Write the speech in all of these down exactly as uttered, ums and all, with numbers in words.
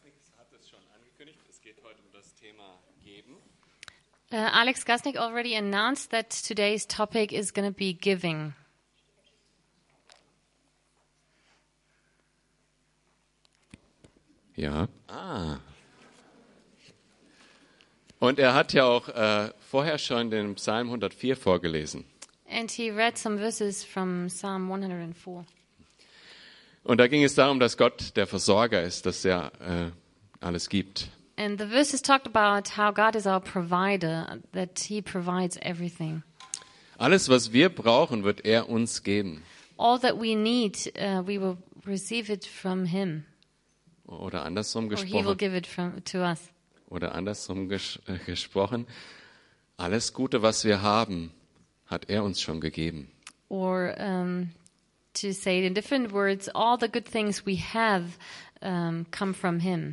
Uh, Alex Gasnick already announced that today's topic is going to be giving. Ja. Ah. Und er hat ja auch äh, vorher schon den Psalm hundertvier vorgelesen. And he read some verses from Psalm one oh four. Und da ging es darum, dass Gott der Versorger ist, dass er äh, alles gibt. And the verses talked about how God is our provider, that he provides everything. Alles, was wir brauchen, wird er uns geben. All that we need, uh, we will receive it from him. Oder andersrum Or he will gesprochen. give it from, to us. Oder andersrum ges äh, gesprochen. Alles Gute, was wir haben, hat er uns schon gegeben. Or um, to say it in different words, all the good things we have um, come from him.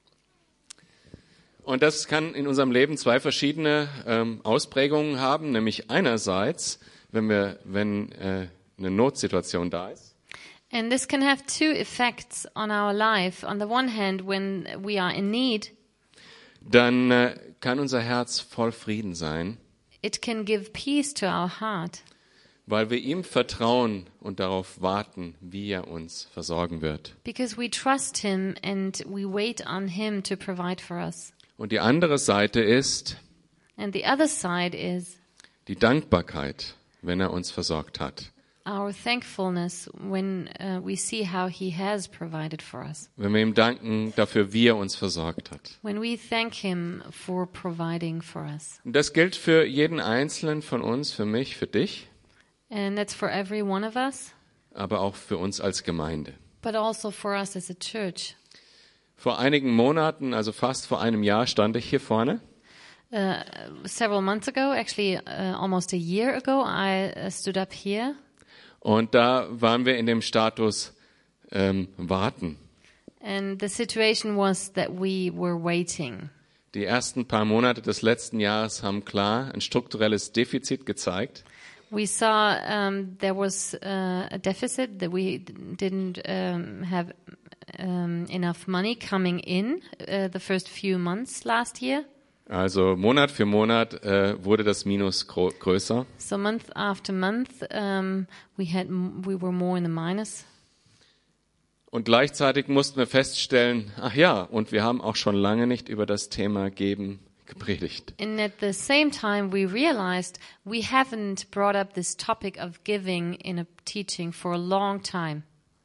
Und das kann in unserem Leben zwei verschiedene ähm, Ausprägungen haben, nämlich einerseits, wenn wir, wenn äh, eine Notsituation da ist. And this can have two effects on our life. On the one hand, when we are in need, Dann äh, kann unser Herz voll Frieden sein, it can give peace to our heart weil wir ihm vertrauen und darauf warten, wie er uns versorgen wird. because we trust him and we wait on him to provide for us. Und die andere Seite ist And the other side is die Dankbarkeit, wenn er uns versorgt hat. our thankfulness when uh, we see how he has provided for us. Wenn wir ihm danken dafür, wie er uns versorgt hat. When we thank him for providing for us. Und das gilt für jeden Einzelnen von uns, für mich, für dich, And that's for every one of us, aber auch für uns als Gemeinde. but also for us as a church. Vor einigen Monaten, also fast vor einem Jahr, stand ich hier vorne Uh, several months ago, actually uh, almost a year ago, I uh, stood up here. und da waren wir in dem Status ähm, Warten. And the situation was that we were waiting. Die ersten paar Monate des letzten Jahres haben klar ein strukturelles Defizit gezeigt. We saw um, there was uh, a deficit, that we didn't um, have um, enough money coming in uh, the first few months last year. Also Monat für Monat äh, wurde das Minus gro- größer. So month after month, um, we had m- we were more in the minus. Und gleichzeitig mussten wir feststellen, ach ja, und wir haben auch schon lange nicht über das Thema Geben gepredigt. And at the same time, we realized we haven't brought up this topic of giving in a teaching for a long time.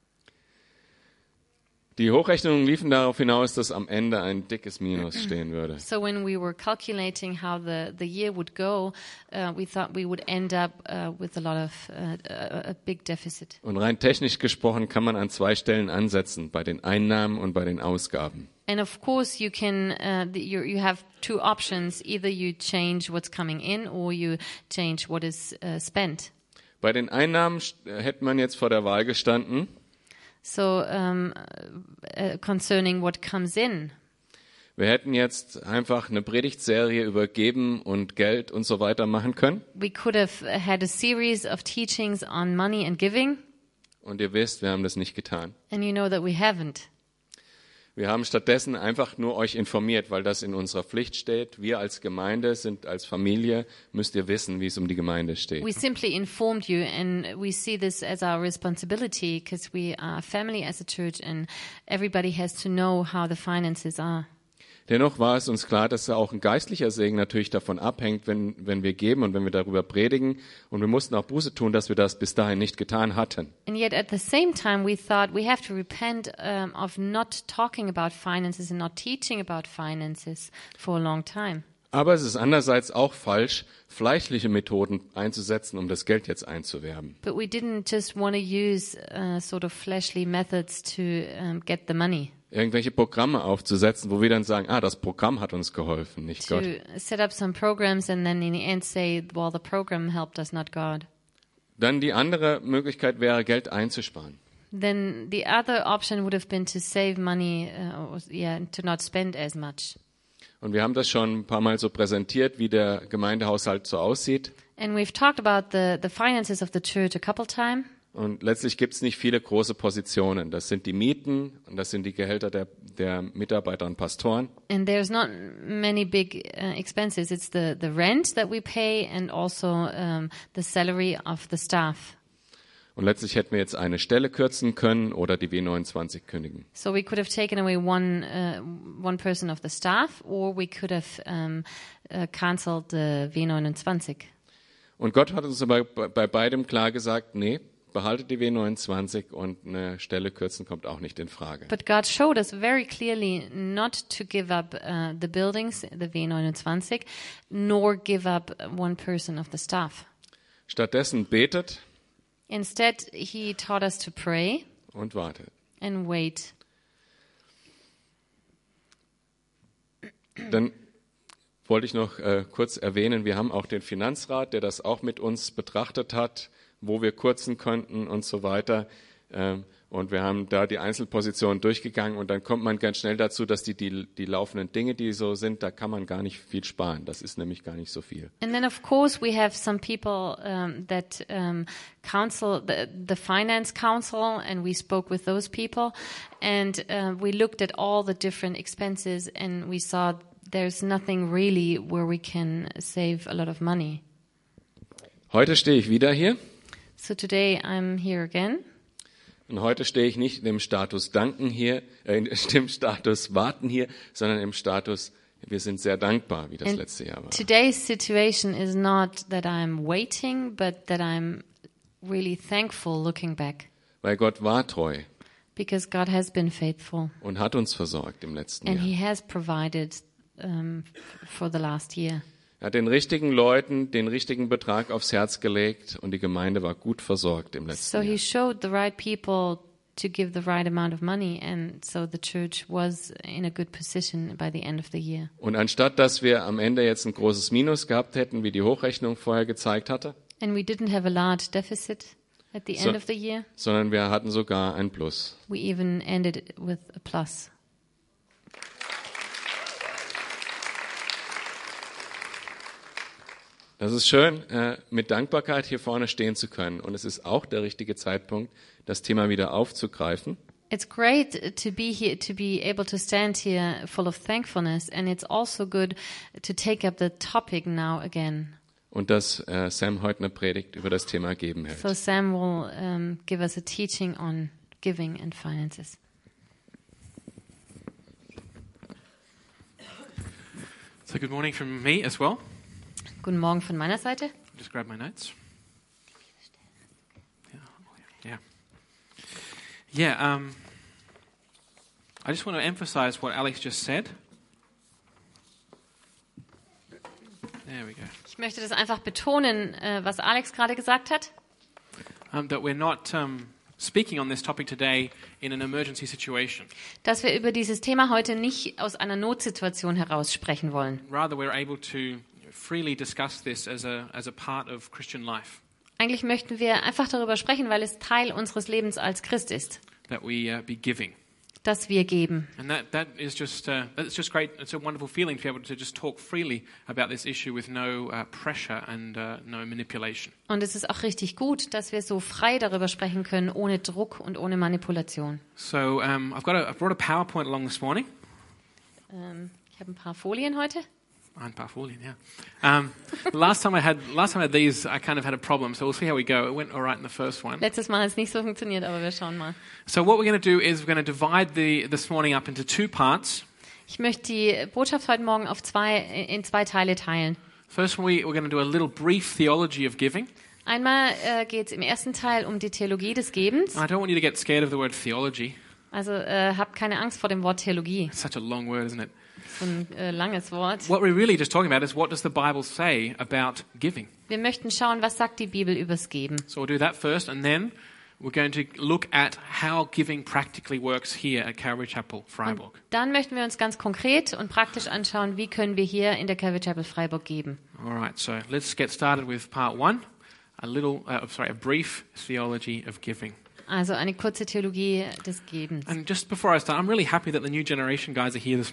Die Hochrechnungen liefen darauf hinaus, dass am Ende ein dickes Minus stehen würde. So when we were calculating how the, the year would go, uh, we thought we would end up uh, with a lot of uh, a, a big deficit. Und rein technisch gesprochen kann man an zwei Stellen ansetzen, bei den Einnahmen und bei den Ausgaben. And of course, you can uh, the, you you have two options: either you change what's coming in, or you change what is uh, spent. Bei den Einnahmen äh, hätte man jetzt vor der Wahl gestanden, So um, uh, concerning what comes in. wir hätten jetzt einfach eine Predigtserie über Geben und Geld und so weiter machen können. We could have had a series of teachings on money and giving, Und ihr wisst, wir haben das nicht getan. and you know that we haven't. Wir haben stattdessen einfach nur euch informiert, weil das in unserer Pflicht steht. Wir als Gemeinde sind als Familie, müsst ihr wissen, wie es um die Gemeinde steht. We simply informed you, and we see this as our responsibility because we are a family as a church, and everybody has to know how the finances are. Dennoch war es uns klar, dass auch ein geistlicher Segen natürlich davon abhängt, wenn, wenn wir geben und wenn wir darüber predigen. Und wir mussten auch Buße tun, dass wir das bis dahin nicht getan hatten. And yet at the same time, we thought we have to repent um, of not talking about finances and not teaching about finances for a long time. Aber es ist andererseits auch falsch, fleischliche Methoden einzusetzen, um das Geld jetzt einzuwerben. But we didn't just want to use uh, sort of fleshly methods to um, get the money. Irgendwelche Programme aufzusetzen, wo wir dann sagen, ah, das Programm hat uns geholfen, nicht To Gott. set up some programs and then in the end say, well, the program helped us, not God. Dann die andere Möglichkeit wäre, Geld einzusparen. Then the other option would have been to save money, uh, or, yeah, to not spend as much. Und wir haben das schon ein paar Mal so präsentiert, wie der Gemeindehaushalt so aussieht. And we've talked about the, the finances of the church a couple times. Und letztlich gibt es nicht viele große Positionen. Das sind die Mieten und das sind die Gehälter der, der Mitarbeiter und Pastoren. And there's not many big uh, expenses. It's the, the rent that we pay and also um, the salary of the staff. Und letztlich hätten wir jetzt eine Stelle kürzen können oder die W neunundzwanzig kündigen. So we could have taken away one uh, one person of the staff, or we could have um, uh, cancelled the W neunundzwanzig. Und Gott hat uns aber bei beidem klar gesagt, nee, behaltet die W neunundzwanzig und eine Stelle kürzen kommt auch nicht in Frage. But God showed us very clearly not to give up uh, the buildings, the W neunundzwanzig, nor give up one person of the staff. Stattdessen betet Instead, he taught us to pray und wartet. and wait. Dann wollte ich noch äh, kurz erwähnen, wir haben auch den Finanzrat, der das auch mit uns betrachtet hat, wo wir kürzen könnten und so weiter. Ähm, und wir haben da die Einzelpositionen durchgegangen und dann kommt man ganz schnell dazu, dass die, die, die laufenden Dinge, die so sind, da kann man gar nicht viel sparen. Das ist nämlich gar nicht so viel. And then, of course, we have some people um, that um, counsel the, the finance council, and we spoke with those people, and uh, we looked at all the different expenses, and we saw there's nothing really where we can save a lot of money. Heute stehe ich wieder hier. So today I'm here again. Und heute stehe ich nicht im Status Danken hier, äh, im Status Warten hier, sondern im Status, wir sind sehr dankbar, wie das And letzte Jahr war. Today's situation is not that I'm waiting, but that I'm really thankful looking back, Weil Gott war treu because God has been faithful, und hat uns versorgt im letzten and Jahr. He has provided um, for the last year. Er hat den richtigen Leuten den richtigen Betrag aufs Herz gelegt und die Gemeinde war gut versorgt im letzten So He Jahr. showed the right people to give the right amount of money, and so the church was in a good position by the end of the year. Und anstatt, dass wir am Ende jetzt ein großes Minus gehabt hätten, wie die Hochrechnung vorher gezeigt hatte, And we didn't have a large deficit at the So- end of the year. sondern wir hatten sogar ein Plus. We even ended with a plus. Das ist schön, äh, mit Dankbarkeit hier vorne stehen zu können. Und es ist auch der richtige Zeitpunkt, das Thema wieder aufzugreifen. It's great to be here, to be able to stand here full of thankfulness, and it's also good to take up the topic now again. Und dass äh, Sam heute eine Predigt über das Thema geben hält. So Sam will um, give us a teaching on giving and finances. So good morning from me as well. Guten Morgen von meiner Seite. Just grab my notes. Yeah. Yeah. Yeah. Um, I just want to emphasize what Alex just said. There we go. Ich möchte das einfach betonen, äh, was Alex gerade gesagt hat, Um, that we're not um, speaking on this topic today in an emergency situation. dass wir über dieses Thema heute nicht aus einer Notsituation heraus sprechen wollen. Rather, we're able to freely discuss this as a as a part of Christian life. Eigentlich möchten wir einfach darüber sprechen, weil es Teil unseres Lebens als Christ ist, That we uh, be giving. dass wir geben. And that, that is just uh, that's just great. It's a wonderful feeling to be able to just talk freely about this issue with no uh, pressure and uh, no manipulation. Und es ist auch richtig gut, dass wir so frei darüber sprechen können, ohne Druck und ohne Manipulation. So um, I've got a, I've brought a PowerPoint along this morning. Ähm, ich habe ein paar Folien heute. Ein paar Folien, yeah. Um, last time I had last time I had these, I kind of had a problem. So we'll see how we go. It went all right in the first one. Letztes Mal hat es nicht so funktioniert, aber wir schauen mal. So what we're going to do is we're going to divide the this morning up into two parts. Ich möchte die Botschaft heute Morgen auf zwei, in zwei Teile teilen. First, we, we're going to do a little brief theology of giving. Einmal äh, geht es im ersten Teil um die Theologie des Gebens. I don't want you to get scared of the word theology. Also äh, habt keine Angst vor dem Wort Theologie. It's such a long word, isn't it? So ein äh, langes Wort. What we're really just talking about is what does the Bible say about giving. Wir möchten schauen, was sagt die Bibel übers Geben. So we'll do that first, and then we're going to look at how giving practically works here at Calvary Chapel, Freiburg. Dann möchten wir uns ganz konkret und praktisch anschauen, wie können wir hier in der Calvary Chapel Freiburg geben. All right, so let's get started with part one, a little, uh, sorry, a brief theology of giving. Also eine kurze Theologie des Gebens. And just before I start, I'm really happy that the new generation guys are here this morning.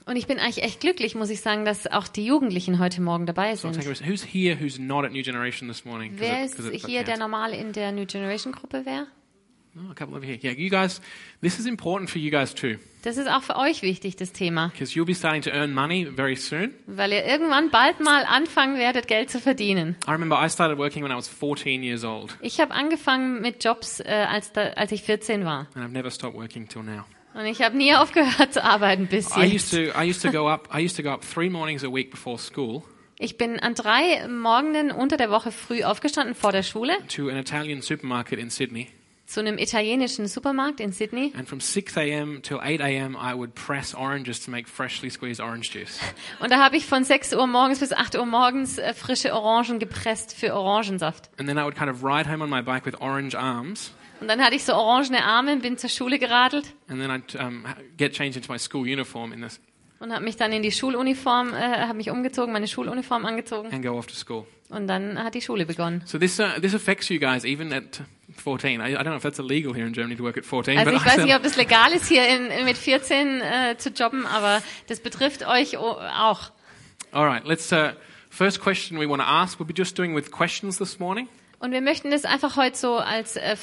Und ich bin eigentlich echt glücklich, muss ich sagen, dass auch die Jugendlichen heute Morgen dabei So I'll sind. take a risk. Who's here who's not at New Generation this morning? 'Cause Wer it- ist 'cause it- that hier, der counts. normal in der New Generation Gruppe wäre? Oh, a couple over here. Yeah, you guys, this is important for you guys too, Das ist auch für euch wichtig, das Thema. because you'll be starting to earn money very soon. Weil ihr irgendwann bald mal anfangen werdet, Geld zu verdienen. I remember I started working when I was fourteen years old, Ich habe angefangen mit Jobs, äh, als, da, als ich vierzehn war. and I've never stopped working till now. Und ich habe nie aufgehört zu arbeiten bis I used jetzt. to I used to go up I used to go up three mornings a week before school Ich bin an drei Morgenen unter der Woche früh aufgestanden vor der Schule to an Italian supermarket in Sydney, zu einem italienischen Supermarkt in Sydney. and from six a.m. till eight a.m. I would press oranges to make freshly squeezed orange juice. Und da habe ich von sechs Uhr morgens bis acht Uhr morgens äh, frische Orangen gepresst für Orangensaft. And then I would kind of ride home on my bike with orange arms, Und dann hatte ich so orangene Arme, bin zur Schule geradelt and then I'd um, ha- get changed into my school uniform in this und habe mich dann in die Schuluniform, äh, habe mich umgezogen, meine Schuluniform angezogen and go off to school. und dann hat die Schule begonnen. So this uh, this affects you guys even at fourteen. I, I don't know if that's illegal here in Germany to work at fourteen, Also but ich I weiß nicht, said- ob es legal ist, hier in, mit vierzehn äh, zu jobben, aber das betrifft euch o- auch. all right, let's. Uh, first question we want to ask. We'll be just doing with questions this morning. Und wir möchten das einfach heute so als äh,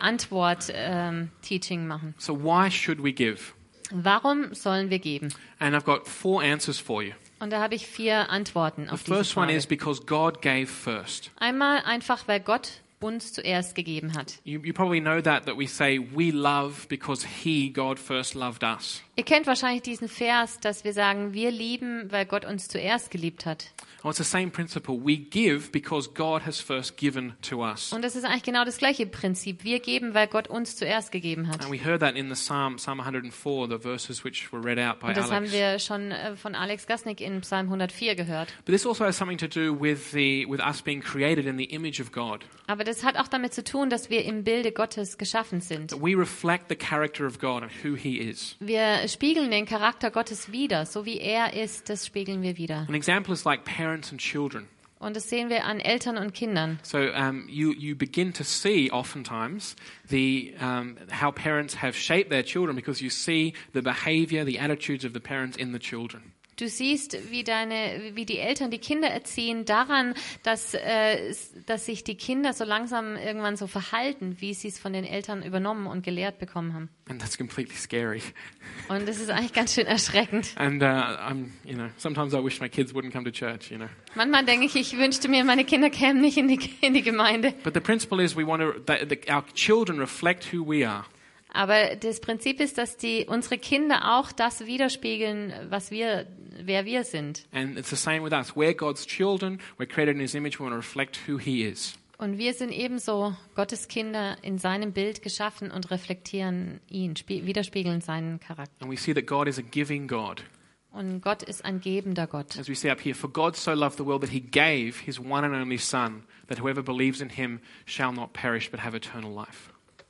Frage-Antwort-Teaching machen. So why should we give? Warum sollen wir geben? And I've got four answers for you. Und da habe ich vier Antworten The auf diese first one Frage. is because God gave first. Einmal einfach, weil Gott uns zuerst gegeben hat. You, you probably know that, that we say we love because He, God, first loved us. Ihr kennt wahrscheinlich diesen Vers, dass wir sagen, wir lieben, weil Gott uns zuerst geliebt hat. Well, it's the same principle. We give because God has first given to us. Und das ist eigentlich genau das gleiche Prinzip. Wir geben, weil Gott uns zuerst gegeben hat. And we heard that in the Psalm, Psalm one oh four, the verses which were read out by Und das haben Alex. wir schon äh, von Alex Gasnick in Psalm hundertvier gehört. But this also has something to do with the with us being created in the image of God. Aber das hat auch damit zu tun, dass wir im Bilde Gottes geschaffen sind. That we reflect the character of God and who He is. Wir spiegeln den Charakter Gottes wider. So wie er ist, das spiegeln wir wider. An example is like parents and children. Und das sehen wir an Eltern und Kindern. So um, you you begin to see oftentimes the um, how parents have shaped their children because you see the behavior, the attitudes of the parents in the children. Du siehst, wie deine, wie die Eltern die Kinder erziehen, daran, dass, äh, dass sich die Kinder so langsam irgendwann so verhalten, wie sie es von den Eltern übernommen und gelehrt bekommen haben. And that's completely scary. Und das ist eigentlich ganz schön erschreckend. And uh, I'm, you know, sometimes I wish my kids wouldn't come to church, you know. Manchmal denke ich, ich wünschte mir, meine Kinder kämen nicht in die, in die Gemeinde. But the principle is we want to that, that our children reflect who we are. Aber das Prinzip ist, dass die, unsere Kinder auch das widerspiegeln, was wir, wer wir sind. And it's the same with us. We're God's children. We're created in His image. We want to reflect who He is. Und wir sind ebenso Gottes Kinder in seinem Bild geschaffen und reflektieren ihn, spie- widerspiegeln seinen Charakter. And we see that God is a giving God. Und Gott ist ein gebender Gott. As we see up here, for God so loved the world that He gave His one and only Son, that whoever believes in Him shall not perish but have eternal life.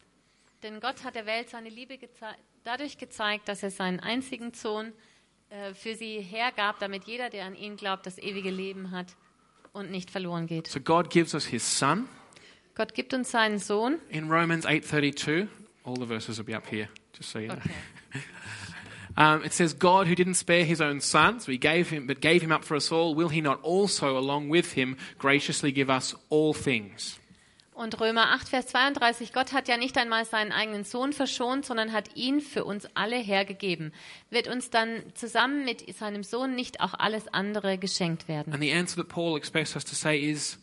Denn Gott hat der Welt seine Liebe gezei- dadurch gezeigt, dass er seinen einzigen Sohn äh, für sie hergab, damit jeder, der an ihn glaubt, das ewige Leben hat und nicht verloren geht. So God gives us His Son. Gott gibt uns seinen Sohn. In Romans eight thirty-two, all the verses will be up here, just so you know. Okay. Um, it says, God who didn't spare His own Son, so He gave Him, but gave Him up for us all, will He not also, along with Him, graciously give us all things? Und Römer acht, Vers zweiunddreißig, Gott hat ja nicht einmal seinen eigenen Sohn verschont, sondern hat ihn für uns alle hergegeben. Wird uns dann zusammen mit seinem Sohn nicht auch alles andere geschenkt werden? And the answer that Paul expects us to say is,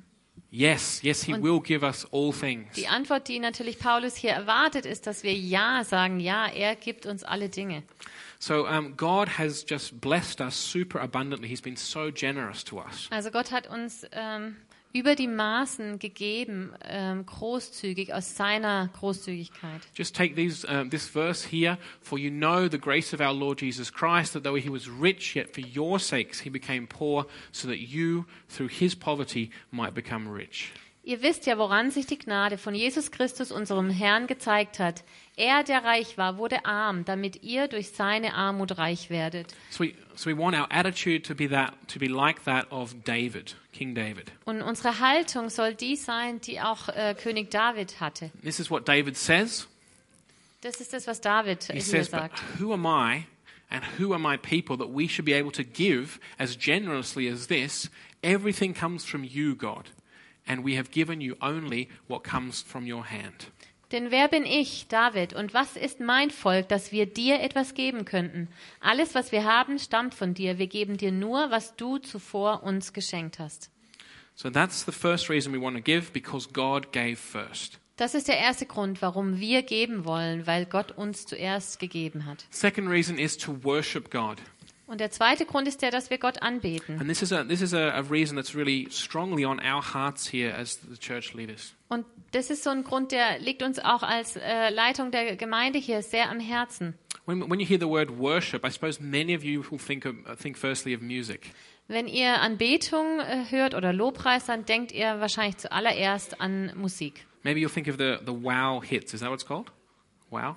yes, yes, He Und will give us all things. Die Antwort, die natürlich Paulus hier erwartet, ist, dass wir Ja sagen. Ja, er gibt uns alle Dinge. So um, God has just blessed us super abundantly. He's been so generous to us. Also Gott hat uns ähm, über die Maßen gegeben, ähm, großzügig, aus seiner Großzügigkeit. Just take these, uh, this verse here. For you know the grace of our Lord Jesus Christ, that though He was rich, yet for your sakes He became poor, so that you, through His poverty, might become rich. Ihr wisst ja, woran sich die Gnade von Jesus Christus, unserem Herrn, gezeigt hat. Er, der reich war, wurde arm, damit ihr durch seine Armut reich werdet. So we, so we want our attitude to be that, to be like that of David, King David. Und unsere Haltung soll die sein, die auch äh, König David hatte. This is what David says. Das ist das, was David He hier says, but sagt. who am I and who are my people that we should be able to give as generously as this? Everything comes from you, God, and we have given you only what comes from your hand. Denn wer bin ich, David, und was ist mein Volk, dass wir dir etwas geben könnten? Alles, was wir haben, stammt von dir. Wir geben dir nur, was du zuvor uns geschenkt hast. So that's the first reason we want to give, because God gave first. Das ist der erste Grund, warum wir geben wollen, weil Gott uns zuerst gegeben hat. Second reason is to worship God. Und der zweite Grund ist der, dass wir Gott anbeten. And this is a this is a, a reason that's really strongly on our hearts here as the church leaders. Und das ist so ein Grund, der liegt uns auch als äh, Leitung der Gemeinde hier sehr am Herzen. When when you hear the word worship, I suppose many of you will think of, think firstly of music. Wenn ihr Anbetung äh, hört oder Lobpreis, dann denkt ihr wahrscheinlich zuallererst an Musik. Maybe you'll think of the the wow hits. Is that what it's called? Wow?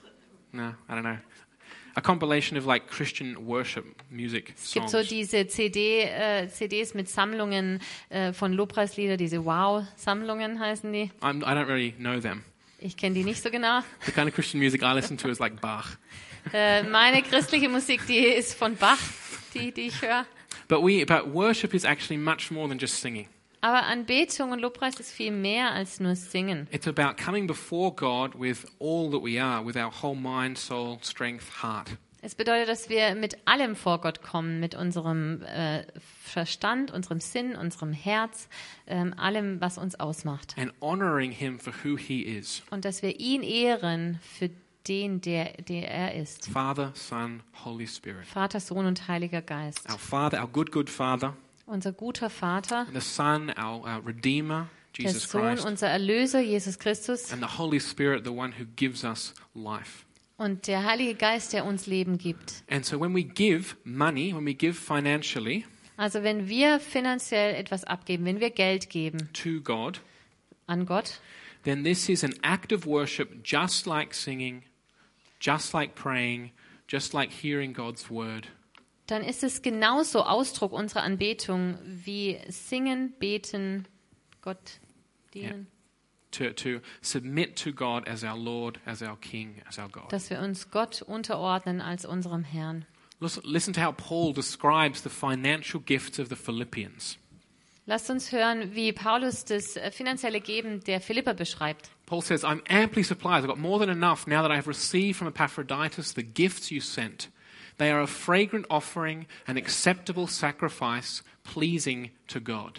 No, I don't know. A compilation of like Christian worship music songs. Es gibt so diese C D, äh, C Ds mit Sammlungen äh, von Lobpreislieder, diese Wow-Sammlungen heißen die. I'm, I don't really know them. Ich kenne die nicht so genau. The kind of Christian music I listen to is like Bach. Äh, meine christliche Musik, die ist von Bach, die, die ich höre. But we, but worship is actually much more than just singing. Aber Anbetung und Lobpreis ist viel mehr als nur Singen. It's about coming before God with all that we are, with our whole mind, soul, strength, heart. Es bedeutet, dass wir mit allem vor Gott kommen, mit unserem äh, Verstand, unserem Sinn, unserem Herz, ähm, allem, was uns ausmacht. And honoring him for who he is. Und dass wir ihn ehren für den, der, der er ist. Father, Son, Holy Spirit. Vater, Sohn und Heiliger Geist. Our Father, our good, good Father. Unser guter Vater, The Son, our, our Redeemer, der Jesus Sohn, Christ. unser Erlöser, Jesus Christus, And the Holy Spirit, the one who gives us life. und der Heilige Geist, der uns Leben gibt. And so when we give money, when we give financially Also wenn wir finanziell etwas abgeben, wenn wir Geld geben to God, an Gott, then this is an act of worship just like singing, just like praying, just like hearing God's word. dann ist es genauso Ausdruck unserer Anbetung wie Singen, Beten, Gott dienen. To, to submit to God as our Lord, as our King, as our God. Dass wir uns Gott unterordnen als unserem Herrn. Listen, listen to how Paul describes the financial gifts of the Philippians. Lasst uns hören, wie Paulus das äh, finanzielle Geben der Philipper beschreibt. Paul says, I'm amply supplied. I've got more than enough now that I have received from Epaphroditus the gifts you sent. They are a fragrant offering, an acceptable sacrifice, pleasing to God.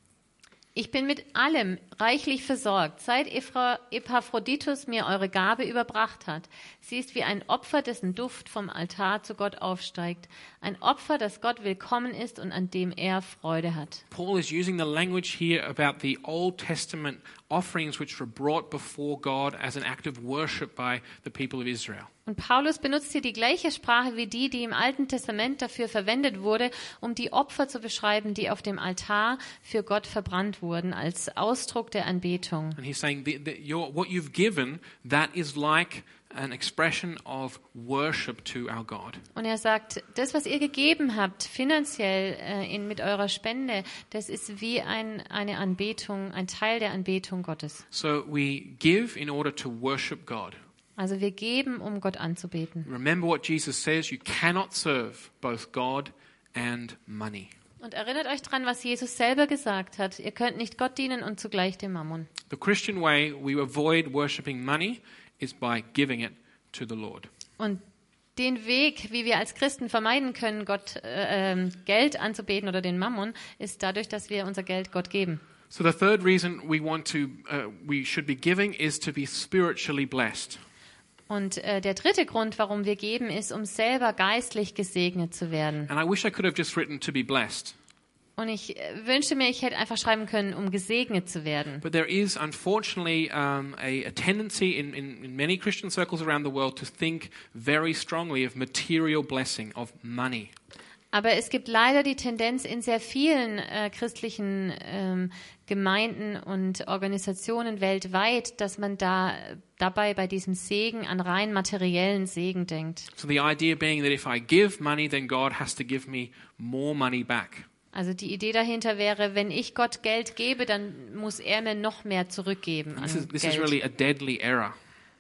Ich bin mit allem reichlich versorgt, seit Ephra- Epaphroditus mir eure Gabe überbracht hat. Sie ist wie ein Opfer, dessen Duft vom Altar zu Gott aufsteigt. Ein Opfer, das Gott willkommen ist und an dem er Freude hat. Paul is using the language here about the Old Testament offerings which were brought before God as an act of worship by the people of Israel. Und Paulus benutzt hier die gleiche Sprache wie die, die im Alten Testament dafür verwendet wurde, um die Opfer zu beschreiben, die auf dem Altar für Gott verbrannt wurden, als Ausdruck der Anbetung. And he's saying the, the, your, what you've given, that is like an expression of worship to our God. Und er sagt, das, was ihr gegeben habt, finanziell äh, in, mit eurer Spende, das ist wie ein, eine Anbetung, ein Teil der Anbetung Gottes. So we give in order to worship God. Also wir geben, um Gott anzubeten. Remember what Jesus says, you cannot serve both God and money. Und erinnert euch dran, was Jesus selber gesagt hat. Ihr könnt nicht Gott dienen und zugleich dem Mammon. The Christian way we avoid worshiping money is by giving it to the Lord. Und den Weg, wie wir als Christen vermeiden können, Gott äh, ähm, Geld anzubeten oder den Mammon, ist dadurch, dass wir unser Geld Gott geben. So the third reason we want to, uh, we should be giving is to be spiritually blessed. Und äh, der dritte Grund, warum wir geben, ist, um selber geistlich gesegnet zu werden. And I wish I could have just written to be blessed. Und ich äh, wünschte mir, ich hätte einfach schreiben können, um gesegnet zu werden. But there is unfortunately um, a, a tendency in, in, in many Christian circles around the world to think very strongly of material blessing, of money. Aber es gibt leider die Tendenz in sehr vielen äh, christlichen ähm, Gemeinden und Organisationen weltweit, dass man da dabei bei diesem Segen an rein materiellen Segen denkt. So the idea being that if I give money, then God has to give me more money back. Also die Idee dahinter wäre, wenn ich Gott Geld gebe, dann muss er mir noch mehr zurückgeben an This is, this Geld. is really a deadly error.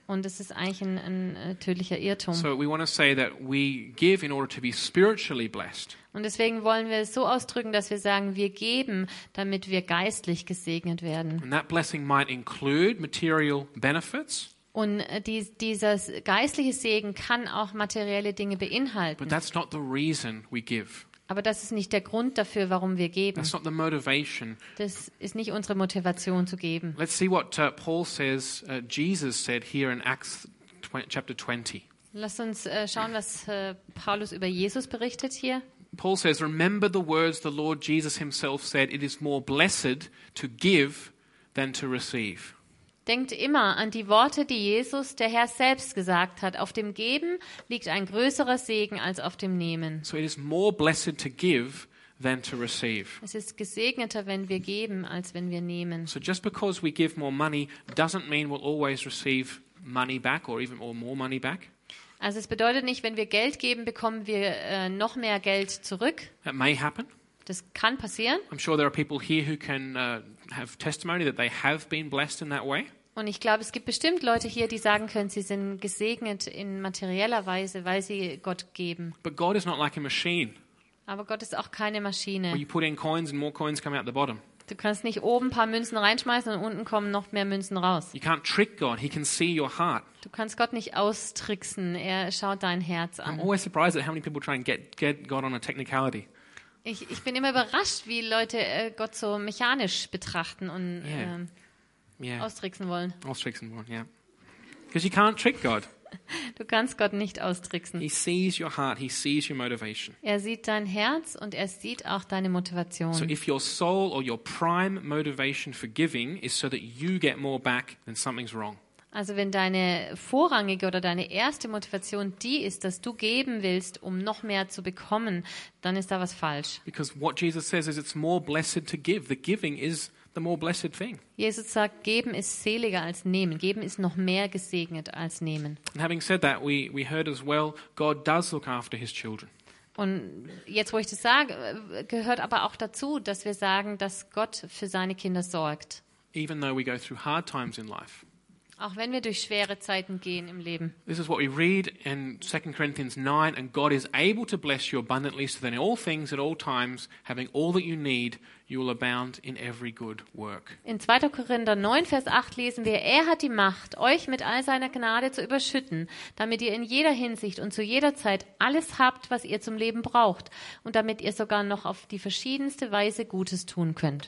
Und es ist eigentlich ein, ein, ein tödlicher Irrtum. So we want to say that we give in order to be spiritually blessed. Und deswegen wollen wir es so ausdrücken, dass wir sagen, wir geben, damit wir geistlich gesegnet werden. And that blessing might include material benefits. Und äh, die, dieser geistliche Segen kann auch materielle Dinge beinhalten. But that's not the reason we give. Aber das ist nicht der Grund dafür, warum wir geben. That's not the motivation. Das ist nicht unsere Motivation zu geben. Let's see what uh, Paul says, uh, Jesus said here in Acts tw- chapter twenty. Lass uns äh, schauen, was äh, Paulus über Jesus berichtet hier. Paul says, remember the words the Lord Jesus himself said, it is more blessed to give than to receive. Denkt immer an die Worte, die Jesus, der Herr selbst gesagt hat. Auf dem Geben liegt ein größerer Segen als auf dem Nehmen. So it is more blessed to give than to receive. Es ist gesegneter, wenn wir geben, als wenn wir nehmen. So just because we give more money doesn't mean we'll always receive money back or even or more money back. Also es bedeutet nicht, wenn wir Geld geben, bekommen wir äh, noch mehr Geld zurück. That may happen. Das kann passieren. I'm sure there are people here who can uh, have testimony that they have been blessed in that way. Und ich glaube, es gibt bestimmt Leute hier, die sagen können, sie sind gesegnet in materieller Weise, weil sie Gott geben. But God is not like a machine Aber Gott ist auch keine where Maschine. you put in coins and more coins come out the bottom. Du kannst nicht oben ein paar Münzen reinschmeißen und unten kommen noch mehr Münzen raus. You can't trick God. He can see your heart. Du kannst Gott nicht austricksen. Er schaut dein Herz I'm an. always surprised at how many people try and get, get God on a technicality. Ich, ich bin immer überrascht, wie Leute äh, Gott so mechanisch betrachten und Yeah. ähm, Yeah, austricksen wollen. I'll trick someone, yeah. Because you can't trick God. Du kannst Gott nicht austricksen. He sees your heart. He sees your motivation. Er sieht dein Herz und er sieht auch deine Motivation. So if your soul or your prime motivation for giving is so that you get more back, then something's wrong. Also wenn deine vorrangige oder deine erste Motivation die ist, dass du geben willst, um noch mehr zu bekommen, dann ist da was falsch. Because what Jesus says is it's more blessed to give. The giving is the more blessed thing. Jesus sagt, geben ist seliger als nehmen. Geben ist noch mehr gesegnet als nehmen. And having said that, we, we heard as well, God does look after his children. Und jetzt, wo ich das sage, gehört aber auch dazu, dass wir sagen, dass Gott für seine Kinder sorgt. Even though we go through hard times in life. Auch wenn wir durch schwere Zeiten gehen im Leben. This is what we read in Second Corinthians nine, and God is able to bless you abundantly so that in all things at all times, having all that you need, you will abound in every good work. In zweiter Korinther neun, Vers acht lesen wir, er hat die Macht, euch mit all seiner Gnade zu überschütten, damit ihr in jeder Hinsicht und zu jeder Zeit alles habt, was ihr zum Leben braucht und damit ihr sogar noch auf die verschiedenste Weise Gutes tun könnt.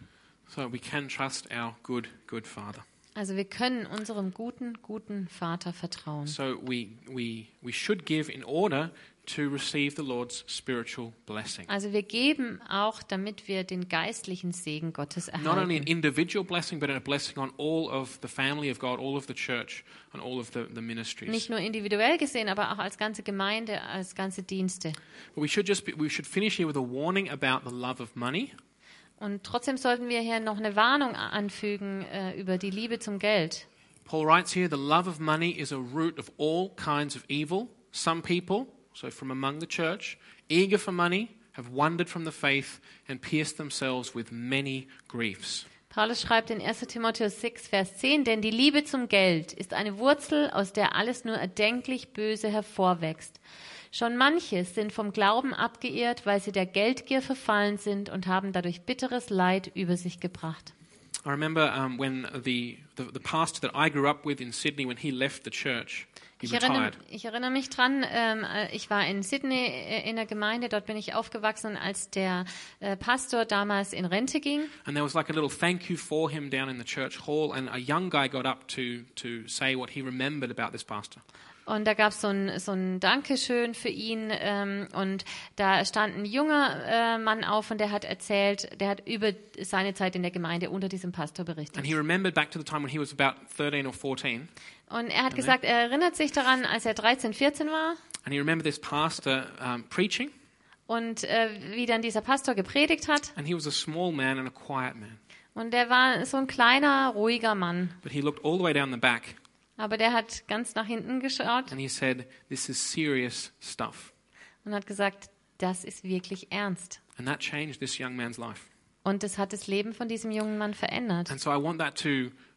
So we can trust our good, good Father. Also wir können unserem guten, guten Vater vertrauen. So we, we, we should give in order to receive the Lord's spiritual blessing. Also wir geben auch, damit wir den geistlichen Segen Gottes Not only an erhalten. individual blessing, but a blessing on all of the family of God, all of the church, and all of the, the ministries. Nicht nur individuell gesehen, aber auch als ganze Gemeinde, als ganze Dienste. But we should just be, we should finish here with a warning about the love of money. Und trotzdem sollten wir hier noch eine Warnung anfügen äh, über die Liebe zum Geld. Paul writes here, the love of money is a root of all kinds of evil. Some people, so from among the church, eager for money, have wandered from the faith and pierced themselves with many griefs. Paulus schreibt in erster Timotheus sechs, Vers zehn, denn die Liebe zum Geld ist eine Wurzel, aus der alles nur erdenklich Böse hervorwächst. Schon manche sind vom Glauben abgeirrt, weil sie der Geldgier verfallen sind und haben dadurch bitteres Leid über sich gebracht. I remember um, when the, the, the pastor that I grew up with in Sydney, when he left the church, he Ich erinnere, retired. ich erinnere mich dran, ähm, ich war in Sydney äh, in der Gemeinde, dort bin ich aufgewachsen, als der äh, Pastor damals in Rente ging. And there was like a little thank you for him down in the church hall, and a young guy got up to, to say what he remembered about this pastor. Und da gab so es so ein Dankeschön für ihn ähm, und da stand ein junger äh, Mann auf und der hat erzählt, der hat über seine Zeit in der Gemeinde unter diesem Pastor berichtet. And he remembered back to the time when he was about thirteen or fourteen. Und er hat gesagt, er erinnert sich daran, als er dreizehn, vierzehn war And he remembered this pastor um, preaching. und äh, wie dann dieser Pastor gepredigt hat. And he was a small man and a quiet man. Und der war so ein kleiner, ruhiger Mann. But he looked all the way down the back Aber der hat ganz nach hinten geschaut and he said, this is serious stuff. und hat gesagt, das ist wirklich ernst. And that changed this young man's life. Und das hat das Leben von diesem jungen Mann verändert. And so I want that to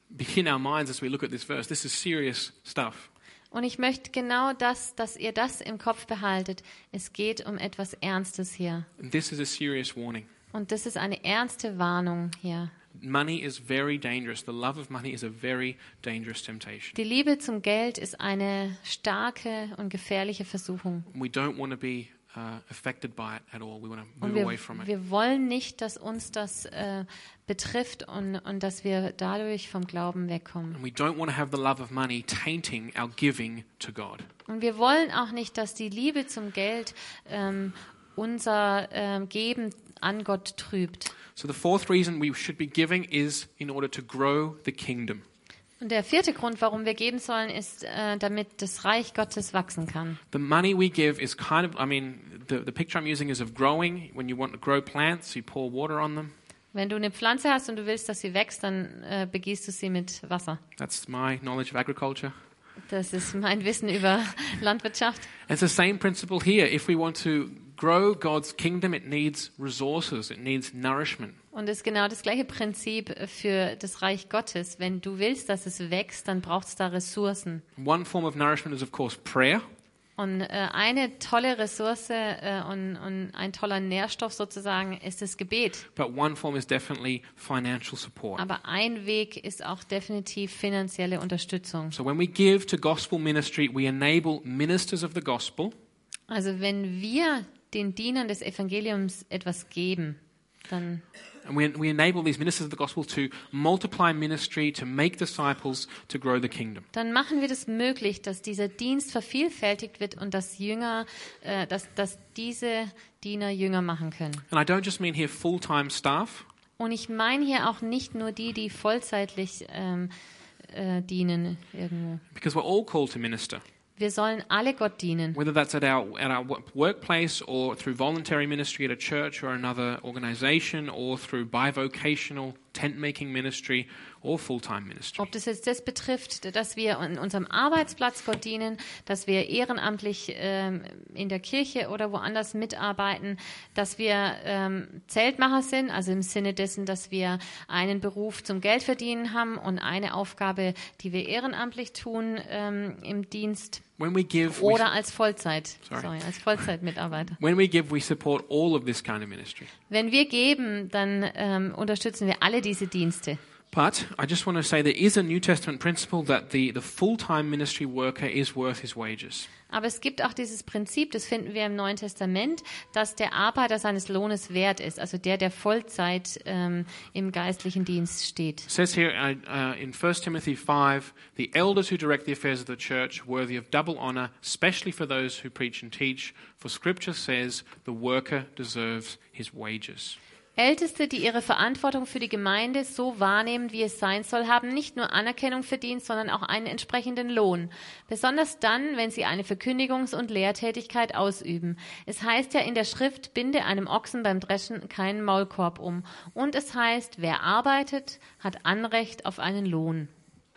begin our minds as we look at this verse. This is serious stuff. Und ich möchte genau das, dass ihr das im Kopf behaltet. Es geht um etwas Ernstes hier. And this is a serious warning. Und das ist eine ernste Warnung hier. Money is very dangerous. The love of money is a very dangerous temptation. Die Liebe zum Geld ist eine starke und gefährliche Versuchung. We don't want to be uh, affected by it at all. We want to Und move wir, away from it. wir wollen nicht, dass uns das äh, betrifft und, und dass wir dadurch vom Glauben wegkommen. And we don't want to have the love of money tainting our giving to God. Und wir wollen auch nicht, dass die Liebe zum Geld ähm, unser ähm, Geben an Gott trübt. So the fourth reason we should be giving is in order to grow the kingdom. Und der vierte Grund, warum wir geben sollen, ist, äh, damit das Reich Gottes wachsen kann. The money we give is kind of, I mean, the, the picture I'm using is of growing. When you want to grow plants, you pour water on them. Wenn du eine Pflanze hast und du willst, dass sie wächst, dann äh, begießt du sie mit Wasser. That's my knowledge of agriculture. Das ist mein Wissen über Landwirtschaft. It's the same principle here. If we want to grow God's kingdom, it needs resources, it needs nourishment. Und es ist genau das gleiche Prinzip für das Reich Gottes. Wenn du willst, dass es wächst, dann braucht es da Ressourcen. One form of nourishment is, of course, prayer. Und äh, eine tolle Ressource äh, und, und ein toller Nährstoff sozusagen ist das Gebet. But one form is definitely financial support. Aber ein Weg ist auch definitiv finanzielle Unterstützung. So when we give to gospel ministry, we enable ministers of the gospel. Also wenn wir den Dienern des Evangeliums etwas geben, dann And we, we enable these ministers of the gospel to multiply ministry, to make disciples, to grow the kingdom. dann machen wir das möglich, dass dieser Dienst vervielfältigt wird und dass Jünger, äh, dass, dass diese Diener Jünger machen können. And I don't just mean here full-time staff. Und ich meine hier auch nicht nur die, die vollzeitlich ähm, äh, dienen irgendwo. Because we're all called to minister, Wir sollen alle Gott dienen. whether that's at our at our wo- workplace or through voluntary ministry at a church or another organization or through bivocational tent-making ministry or full-time ministry. Ob das jetzt das betrifft, dass wir an unserem Arbeitsplatz Gott dienen, dass wir ehrenamtlich ähm, in der Kirche oder woanders mitarbeiten, dass wir ähm, Zeltmacher sind, also im Sinne dessen, dass wir einen Beruf zum Geldverdienen haben und eine Aufgabe, die wir ehrenamtlich tun ähm, im Dienst When we give, we, oder als Vollzeit, Sorry. sorry, als Vollzeitmitarbeiter. when we give, we support all of this kind of ministry. Wenn wir geben, dann ähm, unterstützen wir alle diese Dienste. But I just want to say there is a New Testament principle that the, the full-time ministry worker is worth his wages. Aber es gibt auch dieses Prinzip, das finden wir im Neuen Testament, dass der Arbeiter seines Lohnes wert ist, also der, der Vollzeit ähm, im geistlichen Dienst steht. It says here uh, uh, in First Timothy five, the elders who direct the affairs of the church, worthy of double honor, especially for those who preach and teach, for Scripture says the worker deserves his wages. Älteste, die ihre Verantwortung für die Gemeinde so wahrnehmen, wie es sein soll, haben nicht nur Anerkennung verdient, sondern auch einen entsprechenden Lohn. Besonders dann, wenn sie eine Verkündigungs- und Lehrtätigkeit ausüben. Es heißt ja in der Schrift, binde einem Ochsen beim Dreschen keinen Maulkorb um. Und es heißt, wer arbeitet, hat Anrecht auf einen Lohn.